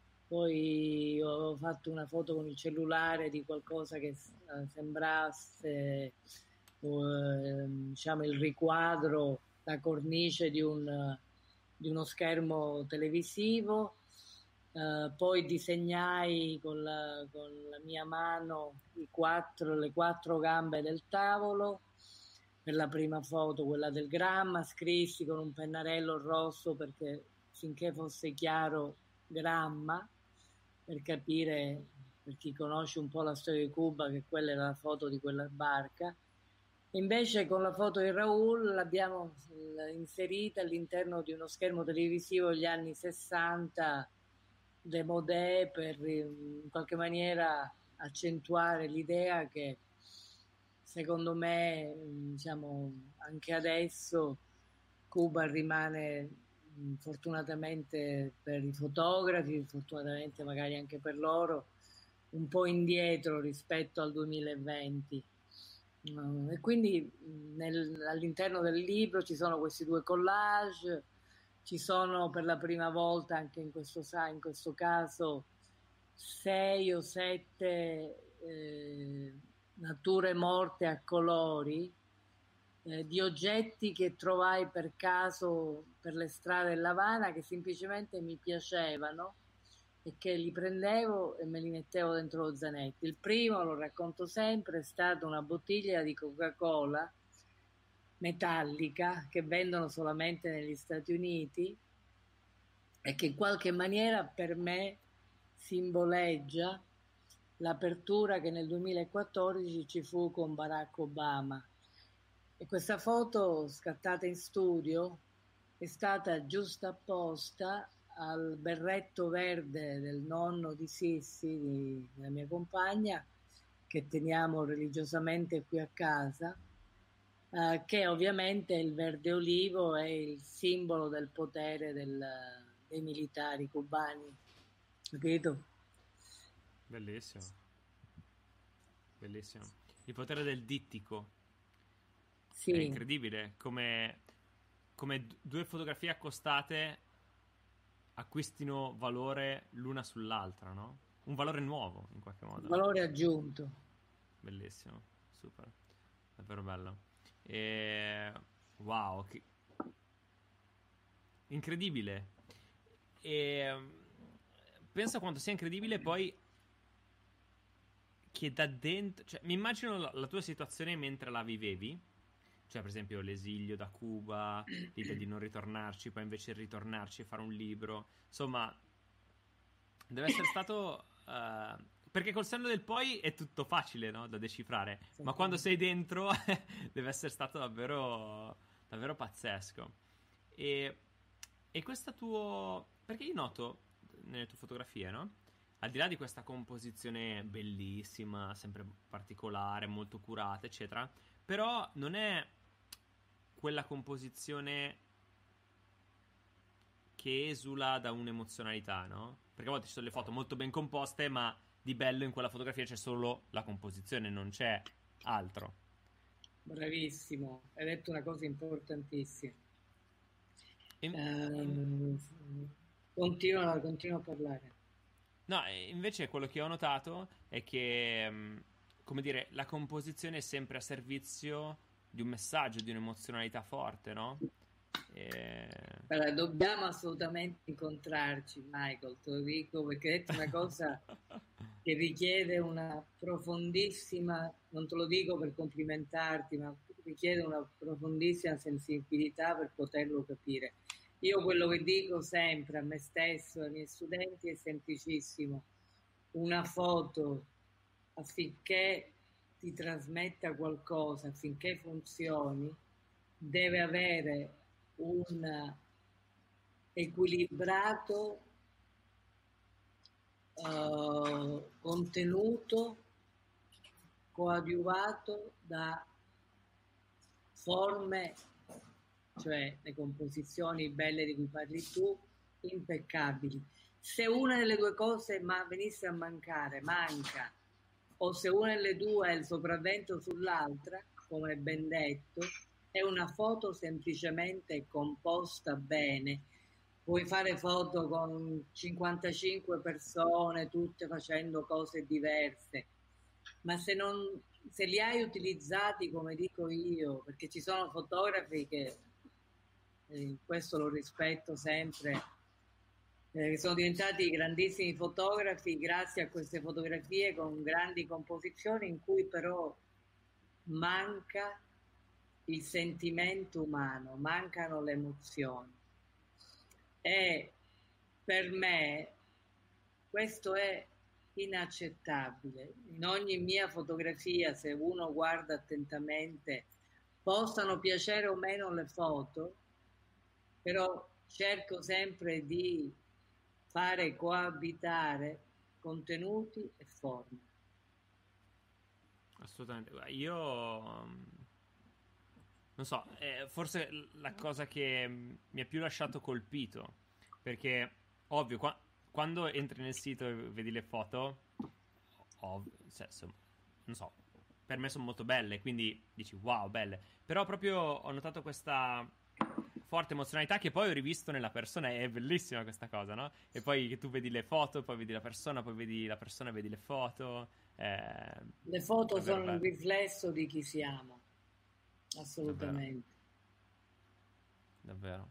poi ho fatto una foto con il cellulare di qualcosa che sembrasse diciamo il riquadro, la cornice di uno schermo televisivo, poi disegnai con la mia mano le 4 gambe del tavolo. Per la prima foto, quella del gramma, scrissi con un pennarello rosso perché finché fosse chiaro gramma, per capire, per chi conosce un po' la storia di Cuba, che quella era la foto di quella barca. Invece con la foto di Raoul l'abbiamo inserita all'interno di uno schermo televisivo degli anni 60, démodé, per in qualche maniera accentuare l'idea che secondo me, diciamo, anche adesso Cuba rimane, fortunatamente per i fotografi, fortunatamente magari anche per loro, un po' indietro rispetto al 2020. E quindi all'interno del libro ci sono questi 2 collage, ci sono per la prima volta anche in questo caso 6 o 7 nature morte a colori, di oggetti che trovai per caso per le strade dell'Havana, che semplicemente mi piacevano e che li prendevo e me li mettevo dentro lo zainetto. Il primo, lo racconto sempre, è stata una bottiglia di Coca-Cola metallica che vendono solamente negli Stati Uniti e che in qualche maniera per me simboleggia l'apertura che nel 2014 ci fu con Barack Obama. E questa foto scattata in studio è stata giustapposta al berretto verde del nonno di Sissi, della mia compagna, che teniamo religiosamente qui a casa, che ovviamente il verde olivo è il simbolo del potere dei militari cubani, capito? Bellissimo, bellissimo. Il potere del dittico è Sì, incredibile, come 2 fotografie accostate acquistino valore l'una sull'altra, no? Un valore nuovo, in qualche modo. valore aggiunto. Bellissimo, super, davvero bello. E... Wow, incredibile. E penso quanto sia incredibile poi che da dentro, cioè mi immagino la tua situazione mentre la vivevi, cioè per esempio l'esilio da Cuba, l'idea di non ritornarci, poi invece ritornarci e fare un libro, insomma deve essere stato perché col senno del poi è tutto facile, no? Da decifrare, ma quando sei dentro deve essere stato davvero davvero pazzesco. E questa tuo, perché io noto nelle tue fotografie, no? Al di là di questa composizione bellissima, sempre particolare, molto curata, eccetera, però non è quella composizione che esula da un'emozionalità, no? Perché a volte ci sono le foto molto ben composte, ma di bello in quella fotografia c'è solo la composizione, non c'è altro. Bravissimo, hai detto una cosa importantissima. E- Continua a parlare. no, invece quello che ho notato è che, come dire, la composizione è sempre a servizio di un messaggio, di un'emozionalità forte, no? E... Allora, dobbiamo assolutamente incontrarci, Michael, te lo dico perché hai detto una cosa che richiede una profondissima, non te lo dico per complimentarti, ma richiede una profondissima sensibilità per poterlo capire. Io quello che dico sempre a me stesso, ai miei studenti, è semplicissimo. Una foto, affinché ti trasmetta qualcosa, affinché funzioni, deve avere un equilibrato contenuto coadiuvato da forme, cioè le composizioni belle di cui parli tu, impeccabili. Se una delle due cose venisse a mancare, manca, o se una delle due è il sopravvento sull'altra, come ben detto, è una foto semplicemente composta bene. Puoi fare foto con 55 persone, tutte facendo cose diverse, ma se li hai utilizzati come dico io, perché ci sono fotografi che, questo lo rispetto sempre, che sono diventati grandissimi fotografi grazie a queste fotografie con grandi composizioni in cui però manca il sentimento umano, mancano le emozioni. E per me questo è inaccettabile. In ogni mia fotografia, se uno guarda attentamente, possano piacere o meno le foto, però cerco sempre di fare coabitare contenuti e forme. Assolutamente. Io non so, forse la cosa che mi ha più lasciato colpito, perché ovvio, quando entri nel sito e vedi le foto, non so, per me sono molto belle, quindi dici wow, belle. Però proprio ho notato questa forte emozionalità che poi ho rivisto nella persona, è bellissima questa cosa, no? E poi che tu vedi le foto, poi vedi la persona, poi vedi la persona, vedi le foto. Le foto sono un riflesso di chi siamo, assolutamente. Davvero.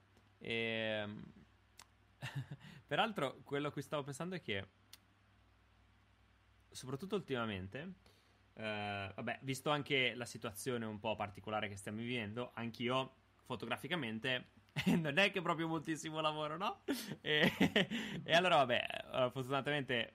Peraltro, quello a cui stavo pensando è che, soprattutto ultimamente, vabbè, visto anche la situazione un po' particolare che stiamo vivendo, anch'io fotograficamente non è che proprio moltissimo lavoro, no? E allora, vabbè, fortunatamente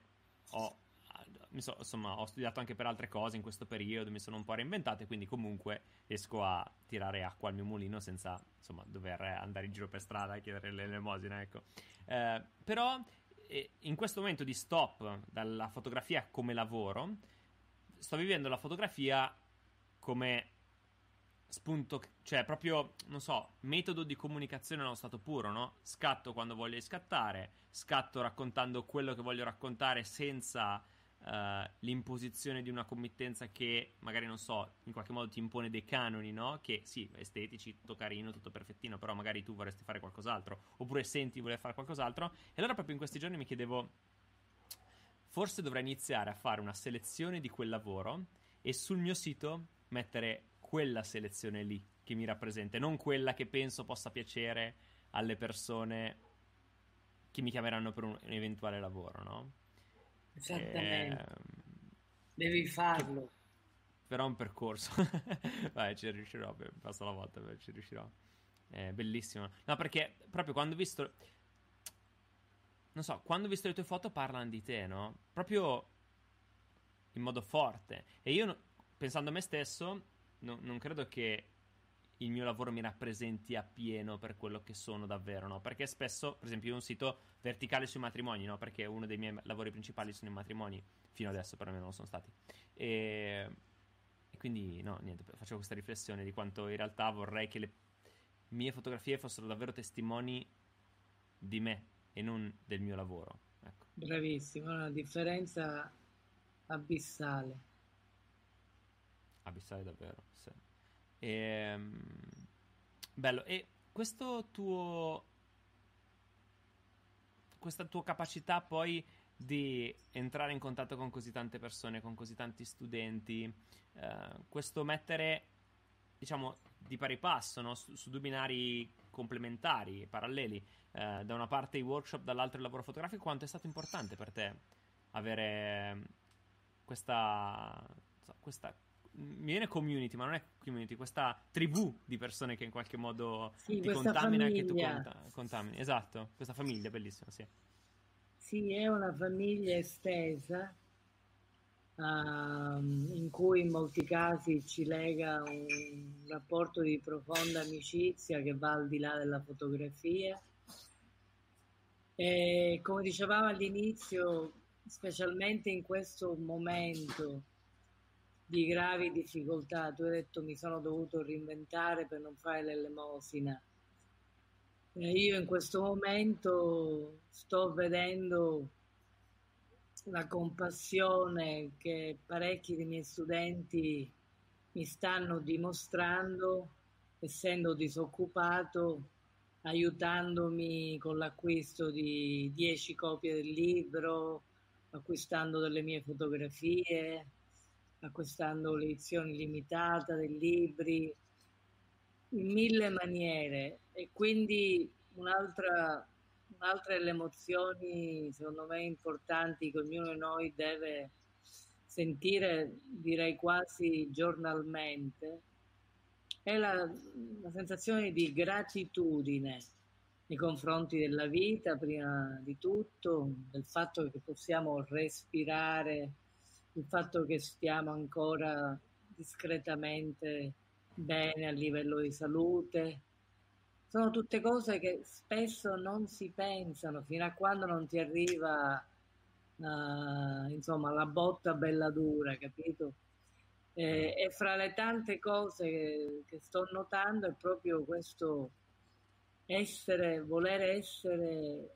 ho studiato anche per altre cose in questo periodo, mi sono un po' reinventato e quindi comunque riesco a tirare acqua al mio mulino senza, insomma, dover andare in giro per strada a chiedere l'elemosina, ecco. Però in questo momento di stop dalla fotografia come lavoro, sto vivendo la fotografia come spunto, cioè proprio, non so, metodo di comunicazione nello stato puro, no? Scatto quando voglio scattare, scatto raccontando quello che voglio raccontare senza l'imposizione di una committenza che magari, non so, in qualche modo ti impone dei canoni, no? Che sì, estetici, tutto carino, tutto perfettino, però magari tu vorresti fare qualcos'altro, oppure senti voler fare qualcos'altro. E allora proprio in questi giorni mi chiedevo, forse dovrei iniziare a fare una selezione di quel lavoro e sul mio sito mettere quella selezione lì che mi rappresenta, non quella che penso possa piacere alle persone che mi chiameranno per un eventuale lavoro, no? Esattamente. Devi farlo. Però è un percorso. Vai, ci riuscirò, passo la volta, ci riuscirò. È bellissimo. No, perché proprio quando ho visto, non so, quando ho visto le tue foto parlano di te, no? Proprio in modo forte. E io, pensando a me stesso, non credo che il mio lavoro mi rappresenti appieno per quello che sono davvero, no? Perché spesso, per esempio, io ho un sito verticale sui matrimoni, no? Perché uno dei miei lavori principali sono i matrimoni, fino adesso per me non lo sono stati. E quindi, no, niente, facevo questa riflessione di quanto in realtà vorrei che le mie fotografie fossero davvero testimoni di me e non del mio lavoro. Ecco. Bravissimo, è una differenza abissale. Abissale davvero, sì. Bello. E questa tua capacità poi di entrare in contatto con così tante persone, con così tanti studenti, questo mettere, diciamo, di pari passo, no? su due binari complementari, paralleli, da una parte i workshop, dall'altra il lavoro fotografico, quanto è stato importante per te avere questa mi viene community, ma non è community, questa tribù di persone che in qualche modo sì, ti contamina e che tu famiglia. contamini. Esatto, questa famiglia bellissima, sì. Sì, è una famiglia estesa in cui in molti casi ci lega un rapporto di profonda amicizia che va al di là della fotografia. E come dicevamo all'inizio, specialmente in questo momento di gravi difficoltà, tu hai detto mi sono dovuto reinventare per non fare l'elemosina. Io in questo momento sto vedendo la compassione che parecchi dei miei studenti mi stanno dimostrando, essendo disoccupato, aiutandomi con l'acquisto di 10 copie del libro, acquistando delle mie fotografie, acquistando l'edizione limitata dei libri, in mille maniere. E quindi un'altra delle emozioni, secondo me, importanti che ognuno di noi deve sentire, direi quasi giornalmente, è la sensazione di gratitudine nei confronti della vita, prima di tutto, del fatto che possiamo respirare, il fatto che stiamo ancora discretamente bene a livello di salute. Sono tutte cose che spesso non si pensano fino a quando non ti arriva, insomma, la botta bella dura, capito? E fra le tante cose che sto notando è proprio questo voler essere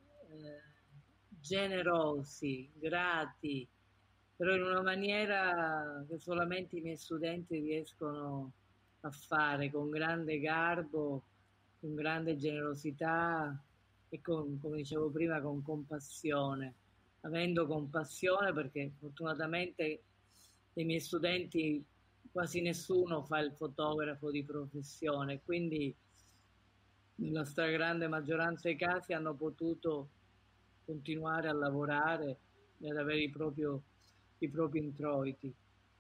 generosi, grati, però in una maniera che solamente i miei studenti riescono a fare con grande garbo, con grande generosità e come dicevo prima, con compassione. Avendo compassione perché fortunatamente dei miei studenti quasi nessuno fa il fotografo di professione, quindi nella stragrande maggioranza dei casi hanno potuto continuare a lavorare e ad avere i propri introiti.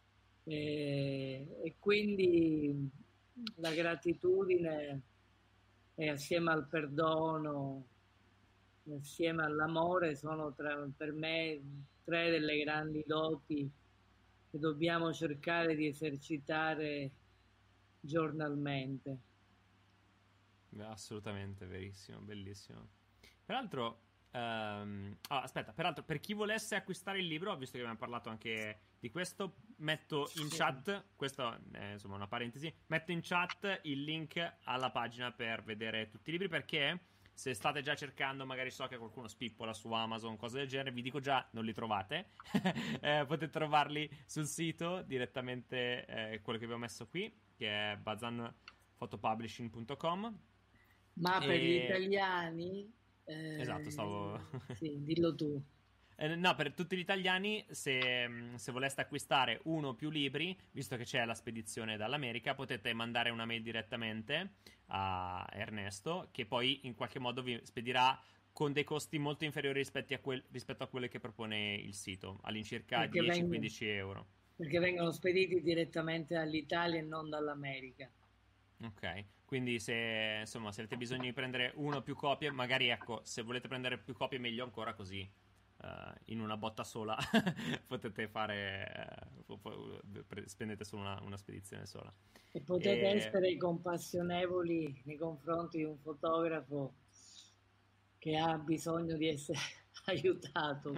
E quindi la gratitudine e assieme al perdono, assieme all'amore, sono per me tre delle grandi doti che dobbiamo cercare di esercitare giornalmente. Assolutamente, verissimo, bellissimo. Peraltro, aspetta, peraltro, per chi volesse acquistare il libro, visto che abbiamo parlato anche di questo, metto in chat, questo è insomma una parentesi, metto in chat il link alla pagina per vedere tutti i libri, perché se state già cercando, magari so che qualcuno spippola su Amazon, cose del genere, vi dico già, non li trovate. Potete trovarli sul sito direttamente, quello che vi ho messo qui, che è bazanfotopublishing.com. Ma per gli italiani... esatto, stavo... sì, dillo tu. No, per tutti gli italiani, se voleste acquistare uno o più libri, visto che c'è la spedizione dall'America, potete mandare una mail direttamente a Ernesto, che poi in qualche modo vi spedirà con dei costi molto inferiori rispetto a quelli che propone il sito, all'incirca 10-15 euro. Perché vengono spediti direttamente dall'Italia e non dall'America. Ok, quindi se avete bisogno di prendere uno o più copie, magari ecco, se volete prendere più copie meglio ancora, così in una botta sola potete fare spendete solo una spedizione sola e potete essere compassionevoli nei confronti di un fotografo che ha bisogno di essere aiutato.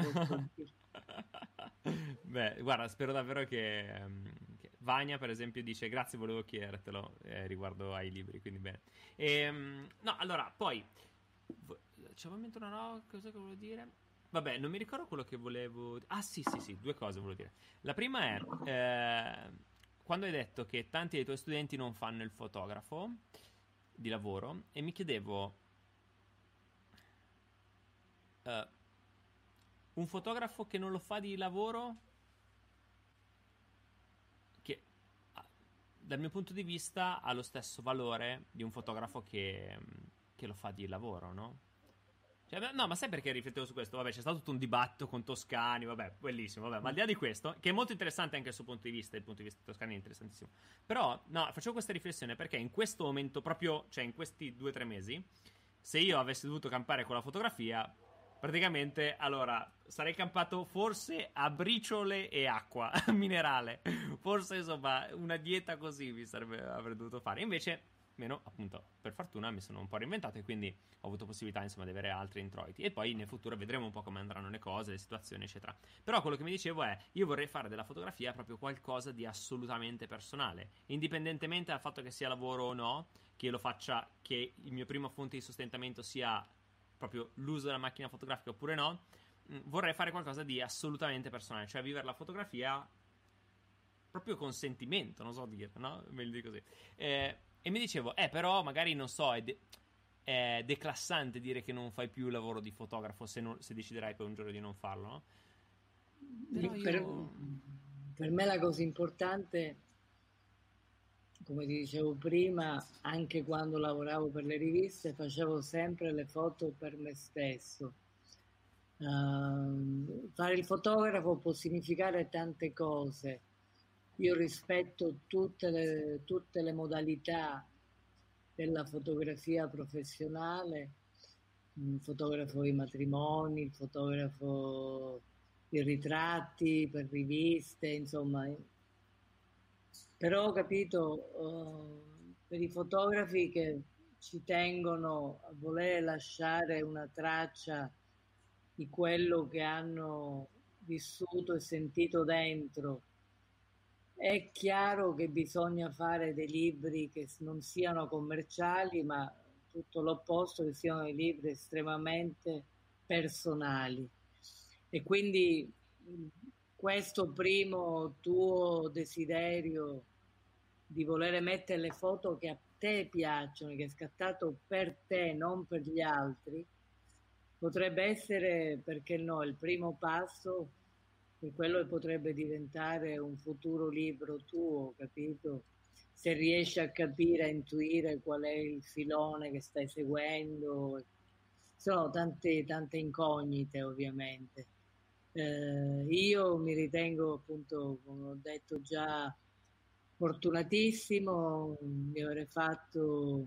Beh, guarda, spero davvero che Vania, per esempio, dice grazie, volevo chiedertelo riguardo ai libri, quindi bene. No, allora, poi c'avevo in mente cosa che volevo dire. Vabbè, non mi ricordo quello che volevo... Ah, sì, due cose volevo dire. La prima è, quando hai detto che tanti dei tuoi studenti non fanno il fotografo di lavoro, e mi chiedevo... un fotografo che non lo fa di lavoro, che dal mio punto di vista ha lo stesso valore di un fotografo che lo fa di lavoro, no? Cioè, no, ma sai perché riflettevo su questo? Vabbè, c'è stato tutto un dibattito con Toscani, vabbè, bellissimo, vabbè, ma al di là di questo, che è molto interessante anche dal suo punto di vista, il punto di vista di Toscani è interessantissimo. Però, no, facevo questa riflessione perché in questo momento, proprio, cioè in questi 2 o 3 mesi, se io avessi dovuto campare con la fotografia, praticamente, allora, sarei campato forse a briciole e acqua minerale. Forse, insomma, una dieta così avrei dovuto fare. Invece, meno, appunto, per fortuna mi sono un po' reinventato e quindi ho avuto possibilità, insomma, di avere altri introiti. E poi nel futuro vedremo un po' come andranno le cose, le situazioni, eccetera. Però quello che mi dicevo è, io vorrei fare della fotografia proprio qualcosa di assolutamente personale, indipendentemente dal fatto che sia lavoro o no, che io lo faccia, che il mio primo fonte di sostentamento sia proprio l'uso della macchina fotografica oppure no. Vorrei fare qualcosa di assolutamente personale, cioè vivere la fotografia proprio con sentimento, non so dire, no? Meglio di così. E mi dicevo, però magari non so, è declassante dire che non fai più il lavoro di fotografo se deciderai poi un giorno di non farlo, no? Però per me la cosa importante, come ti dicevo prima, anche quando lavoravo per le riviste, facevo sempre le foto per me stesso. Fare il fotografo può significare tante cose. Io rispetto tutte le modalità della fotografia professionale, il fotografo di matrimoni, il fotografo di ritratti per riviste, insomma. Però ho capito, per i fotografi che ci tengono a voler lasciare una traccia di quello che hanno vissuto e sentito dentro, è chiaro che bisogna fare dei libri che non siano commerciali, ma tutto l'opposto, che siano dei libri estremamente personali. E quindi questo primo tuo desiderio di voler mettere le foto che a te piacciono, che è scattato per te, non per gli altri, potrebbe essere, perché no, il primo passo per quello che potrebbe diventare un futuro libro tuo, capito? Se riesci a capire, a intuire qual è il filone che stai seguendo. Sono tante incognite, ovviamente. Io mi ritengo, appunto, come ho detto già, fortunatissimo di aver fatto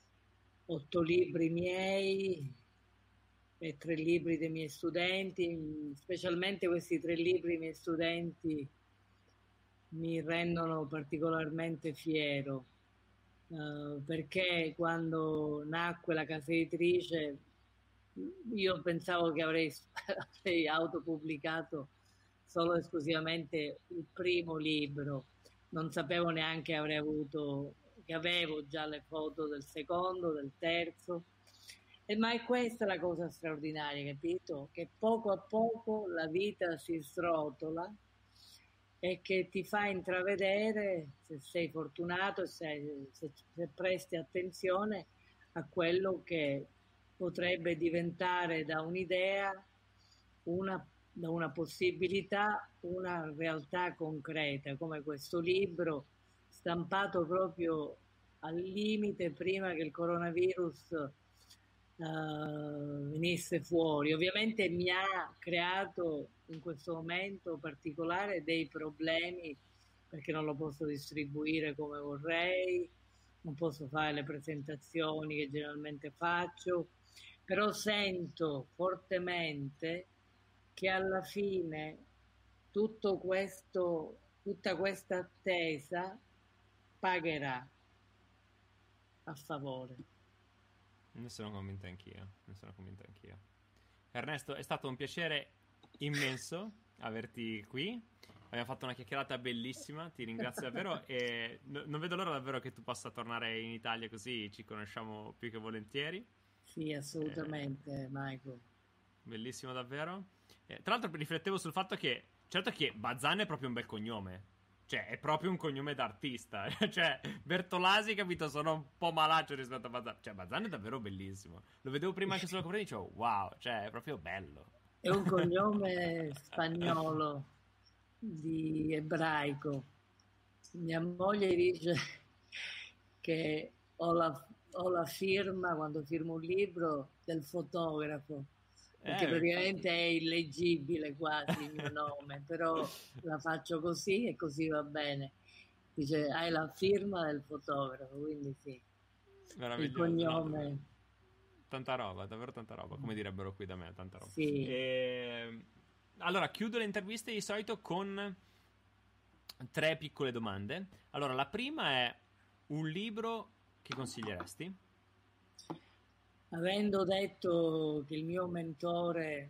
8 libri miei e 3 libri dei miei studenti. Specialmente questi 3 libri dei miei studenti mi rendono particolarmente fiero, perché quando nacque la casa editrice io pensavo che avrei autopubblicato solo e esclusivamente il primo libro, non sapevo neanche che avevo già le foto del secondo, del terzo. Ma è questa la cosa straordinaria, capito? Che poco a poco la vita si srotola e che ti fa intravedere, se sei fortunato e se presti attenzione, a quello che potrebbe diventare da un'idea, da una possibilità, una realtà concreta, come questo libro stampato proprio al limite prima che il coronavirus venisse fuori. Ovviamente mi ha creato in questo momento particolare dei problemi, perché non lo posso distribuire come vorrei, non posso fare le presentazioni che generalmente faccio, però sento fortemente che alla fine tutta questa attesa pagherà a favore. Ne sono convinto anch'io. Ernesto, è stato un piacere immenso averti qui. Abbiamo fatto una chiacchierata bellissima, ti ringrazio davvero e non vedo l'ora davvero che tu possa tornare in Italia, così ci conosciamo più che volentieri. Sì, assolutamente, Michael. Bellissimo davvero. Tra l'altro riflettevo sul fatto che, certo che Bazan è proprio un bel cognome. Cioè, è proprio un cognome d'artista. Cioè, Bertolasi, capito, sono un po' malaccio rispetto a Bazan. Cioè, Bazan è davvero bellissimo. Lo vedevo prima anche sulla copertina e dicevo, wow, cioè, è proprio bello. È un cognome spagnolo, di ebraico. Mia moglie dice che ho la firma, quando firmo un libro, del fotografo, perché praticamente è illeggibile quasi il mio nome, però la faccio così e così va bene. Dice, hai la firma del fotografo, quindi sì, il cognome. tanta roba, davvero tanta roba, come direbbero qui da me, tanta roba. Sì. Allora, chiudo le interviste di solito con 3 piccole domande. Allora, la prima è un libro che consiglieresti? Avendo detto che il mio mentore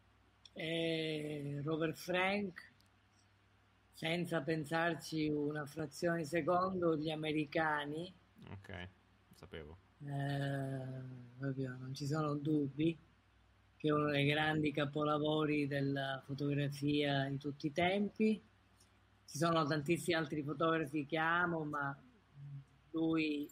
è Robert Frank, senza pensarci una frazione di secondo, gli americani, Ok, sapevo. proprio non ci sono dubbi, che è uno dei grandi capolavori della fotografia di tutti i tempi. Ci sono tantissimi altri fotografi che amo, ma lui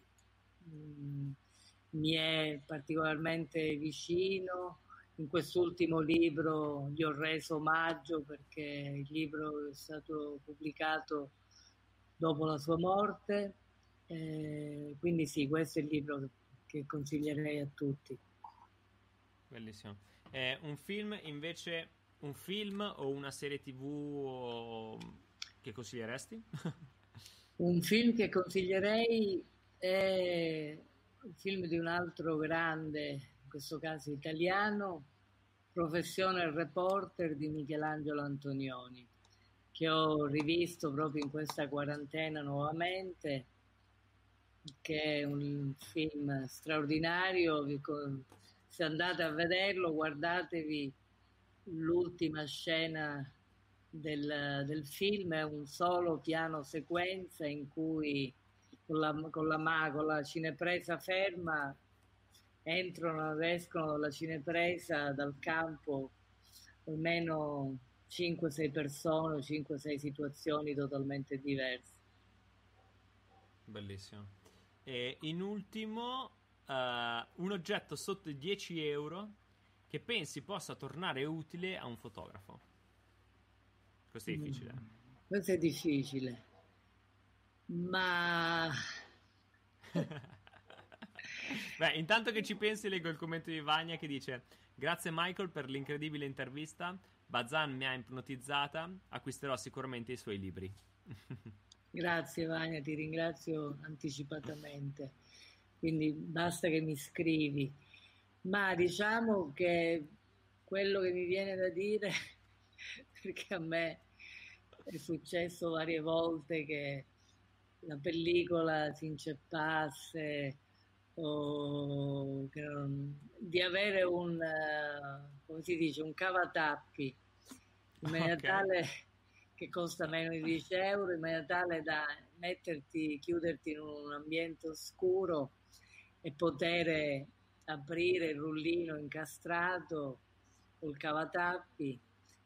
mi è particolarmente vicino. In quest'ultimo libro gli ho reso omaggio perché il libro è stato pubblicato dopo la sua morte, quindi sì, questo è il libro che consiglierei a tutti. Bellissimo. Un film invece, un film o una serie TV che consiglieresti? Un film che consiglierei è il film di un altro grande, in questo caso italiano, Professione reporter di Michelangelo Antonioni, che ho rivisto proprio in questa quarantena nuovamente, che è un film straordinario. Se andate a vederlo, guardatevi l'ultima scena del film, è un solo piano sequenza in cui con la cinepresa ferma entrano ed escono dalla cinepresa, dal campo, almeno 5-6 persone, 5-6 situazioni totalmente diverse. Bellissimo. E in ultimo, un oggetto sotto i 10 euro che pensi possa tornare utile a un fotografo. Questo è difficile. Questo è difficile, ma Beh, intanto che ci pensi, leggo il commento di Vania che dice: grazie Michael per l'incredibile intervista. Bazan mi ha ipnotizzata. Acquisterò sicuramente i suoi libri. grazie Vania, ti ringrazio anticipatamente, quindi basta che mi scrivi. Ma diciamo che quello che mi viene da dire, perché a me è successo varie volte che la pellicola si inceppasse o di avere come si dice, un cavatappi, in maniera Ok. tale che costa meno di 10 euro, in maniera tale da chiuderti in un ambiente oscuro e poter aprire il rullino incastrato col cavatappi,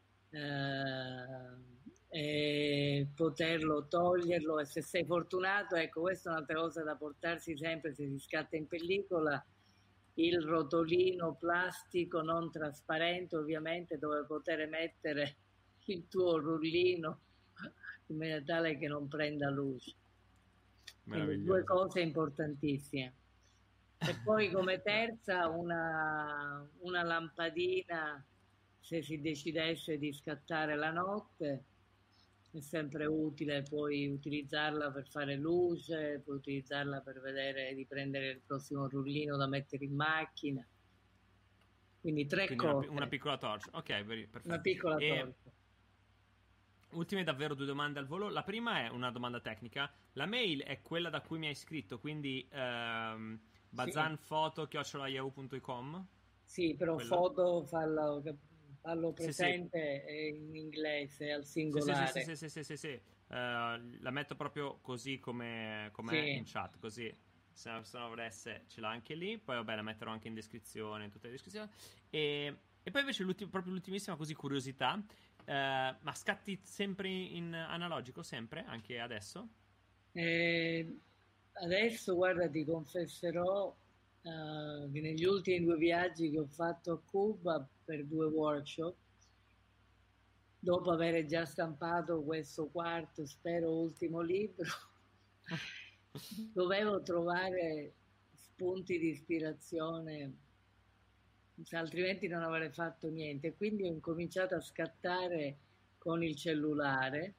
e poterlo toglierlo, e se sei fortunato, ecco, questa è un'altra cosa da portarsi sempre se si scatta in pellicola, il rotolino plastico non trasparente ovviamente, dove poter mettere il tuo rullino in maniera tale che non prenda luce. Quindi due Meraviglioso. cose importantissime. E poi come terza una lampadina, se si decidesse di scattare la notte, è sempre utile, puoi utilizzarla per fare luce, puoi utilizzarla per vedere di prendere il prossimo rullino da mettere in macchina. Quindi tre Quindi una cose, piccola torcia. Ok, una perfetto. piccola E torta. ultime davvero 2 domande al volo. La prima è una domanda tecnica. La mail è quella da cui mi hai scritto, quindi Sì, bazanfoto@yahoo.com. sì, però Quella? foto fallo Sì, sì. presente in inglese al Sì, sì, sì, sì, singolare. sì, sì, sì, sì. La metto proprio così com'è in Sì. chat, così se non volesse ce l'ha anche lì. Poi vabbè, la metterò anche in descrizione, in tutte le descrizioni. E poi invece proprio l'ultimissima così curiosità. Ma scatti sempre in analogico, sempre, anche adesso? Eh, adesso, guarda, ti confesserò che negli ultimi 2 viaggi che ho fatto a Cuba per 2 workshop, dopo aver già stampato questo quarto, spero ultimo libro, dovevo trovare spunti di ispirazione, altrimenti non avrei fatto niente. Quindi ho incominciato a scattare con il cellulare,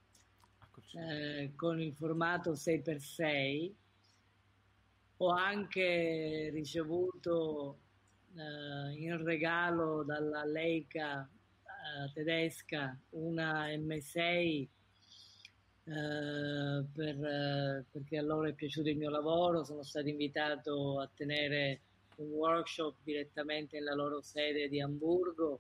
con il formato 6x6. Ho anche ricevuto in regalo dalla Leica tedesca una M6 perché a loro è piaciuto il mio lavoro. Sono stato invitato a tenere un workshop direttamente nella loro sede di Amburgo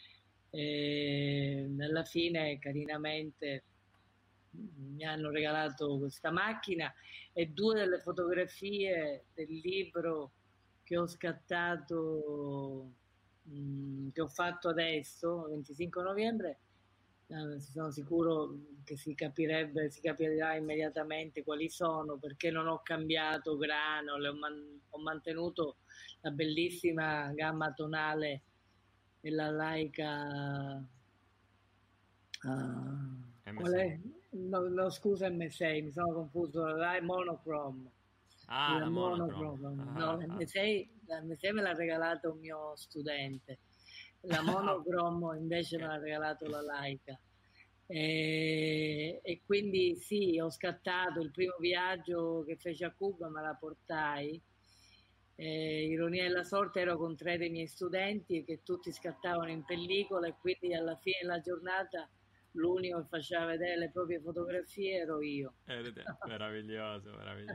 e alla fine carinamente mi hanno regalato questa macchina e 2 delle fotografie del libro che ho scattato, che ho fatto adesso, 25 novembre, sono sicuro che si capirà immediatamente quali sono, perché non ho cambiato grano, ho mantenuto la bellissima gamma tonale della Leica. Qual è? No, scusa, M6, mi sono confuso, la monochrome. La monochrome. No, la M6 me l'ha regalato un mio studente, la monochrome invece me l'ha regalato la Leica. E quindi sì, ho scattato il primo viaggio che feci a Cuba, me la portai. Ironia della sorte, ero con 3 dei miei studenti che tutti scattavano in pellicola e quindi alla fine della giornata l'unico che faceva vedere le proprie fotografie ero io. Meraviglioso.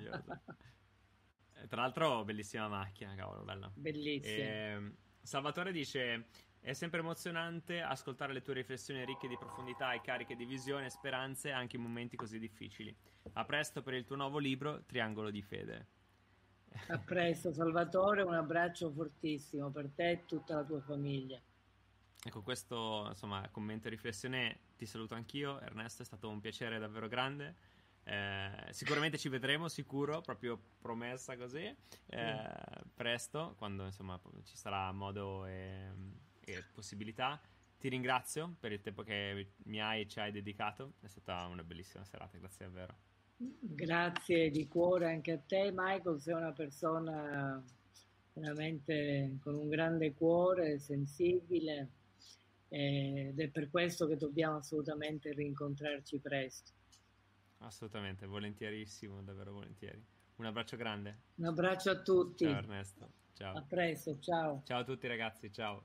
Tra l'altro bellissima macchina, cavolo, bella. Bellissima. Salvatore dice: è sempre emozionante ascoltare le tue riflessioni ricche di profondità e cariche di visione e speranze anche in momenti così difficili. A presto per il tuo nuovo libro, Triangolo di Fede. A presto Salvatore, un abbraccio fortissimo per te e tutta la tua famiglia. Ecco, questo insomma commento e riflessione ti saluto anch'io, Ernesto, è stato un piacere davvero grande. Sicuramente ci vedremo, sicuro, proprio promessa così, presto, quando insomma ci sarà modo e possibilità. Ti ringrazio per il tempo che mi hai e ci hai dedicato, è stata una bellissima serata, grazie davvero. Grazie di cuore anche a te, Michael, sei una persona veramente con un grande cuore, sensibile, ed è per questo che dobbiamo assolutamente rincontrarci presto. Assolutamente, volentierissimo, davvero volentieri. Un abbraccio grande. Un abbraccio a tutti. Ciao Ernesto, ciao. A presto, ciao. Ciao a tutti ragazzi, ciao.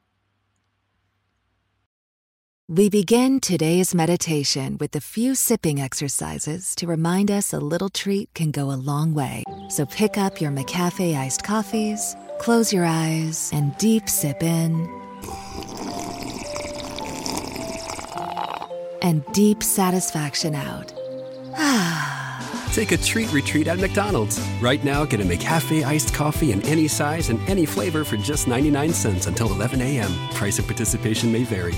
We begin today's meditation with a few sipping exercises to remind us a little treat can go a long way. So pick up your McCafe iced coffees, close your eyes, and deep sip in. And deep satisfaction out. Take a treat retreat at McDonald's. Right now, get a McCafe iced coffee in any size and any flavor for just 99 cents until 11 a.m. Price and participation may vary.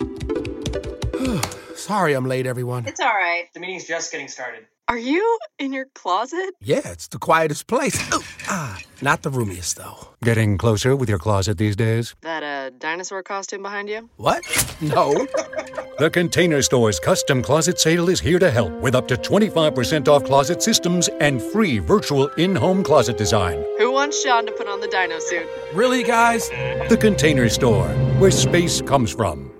Sorry I'm late, everyone. It's all right. The meeting's just getting started. Are you in your closet? Yeah, it's the quietest place. Not the roomiest, though. Getting closer with your closet these days? That a dinosaur costume behind you? What? No. The Container Store's custom closet sale is here to help with up to 25% off closet systems and free virtual in-home closet design. Who wants Sean to put on the dino suit? Really, guys? The Container Store, where space comes from.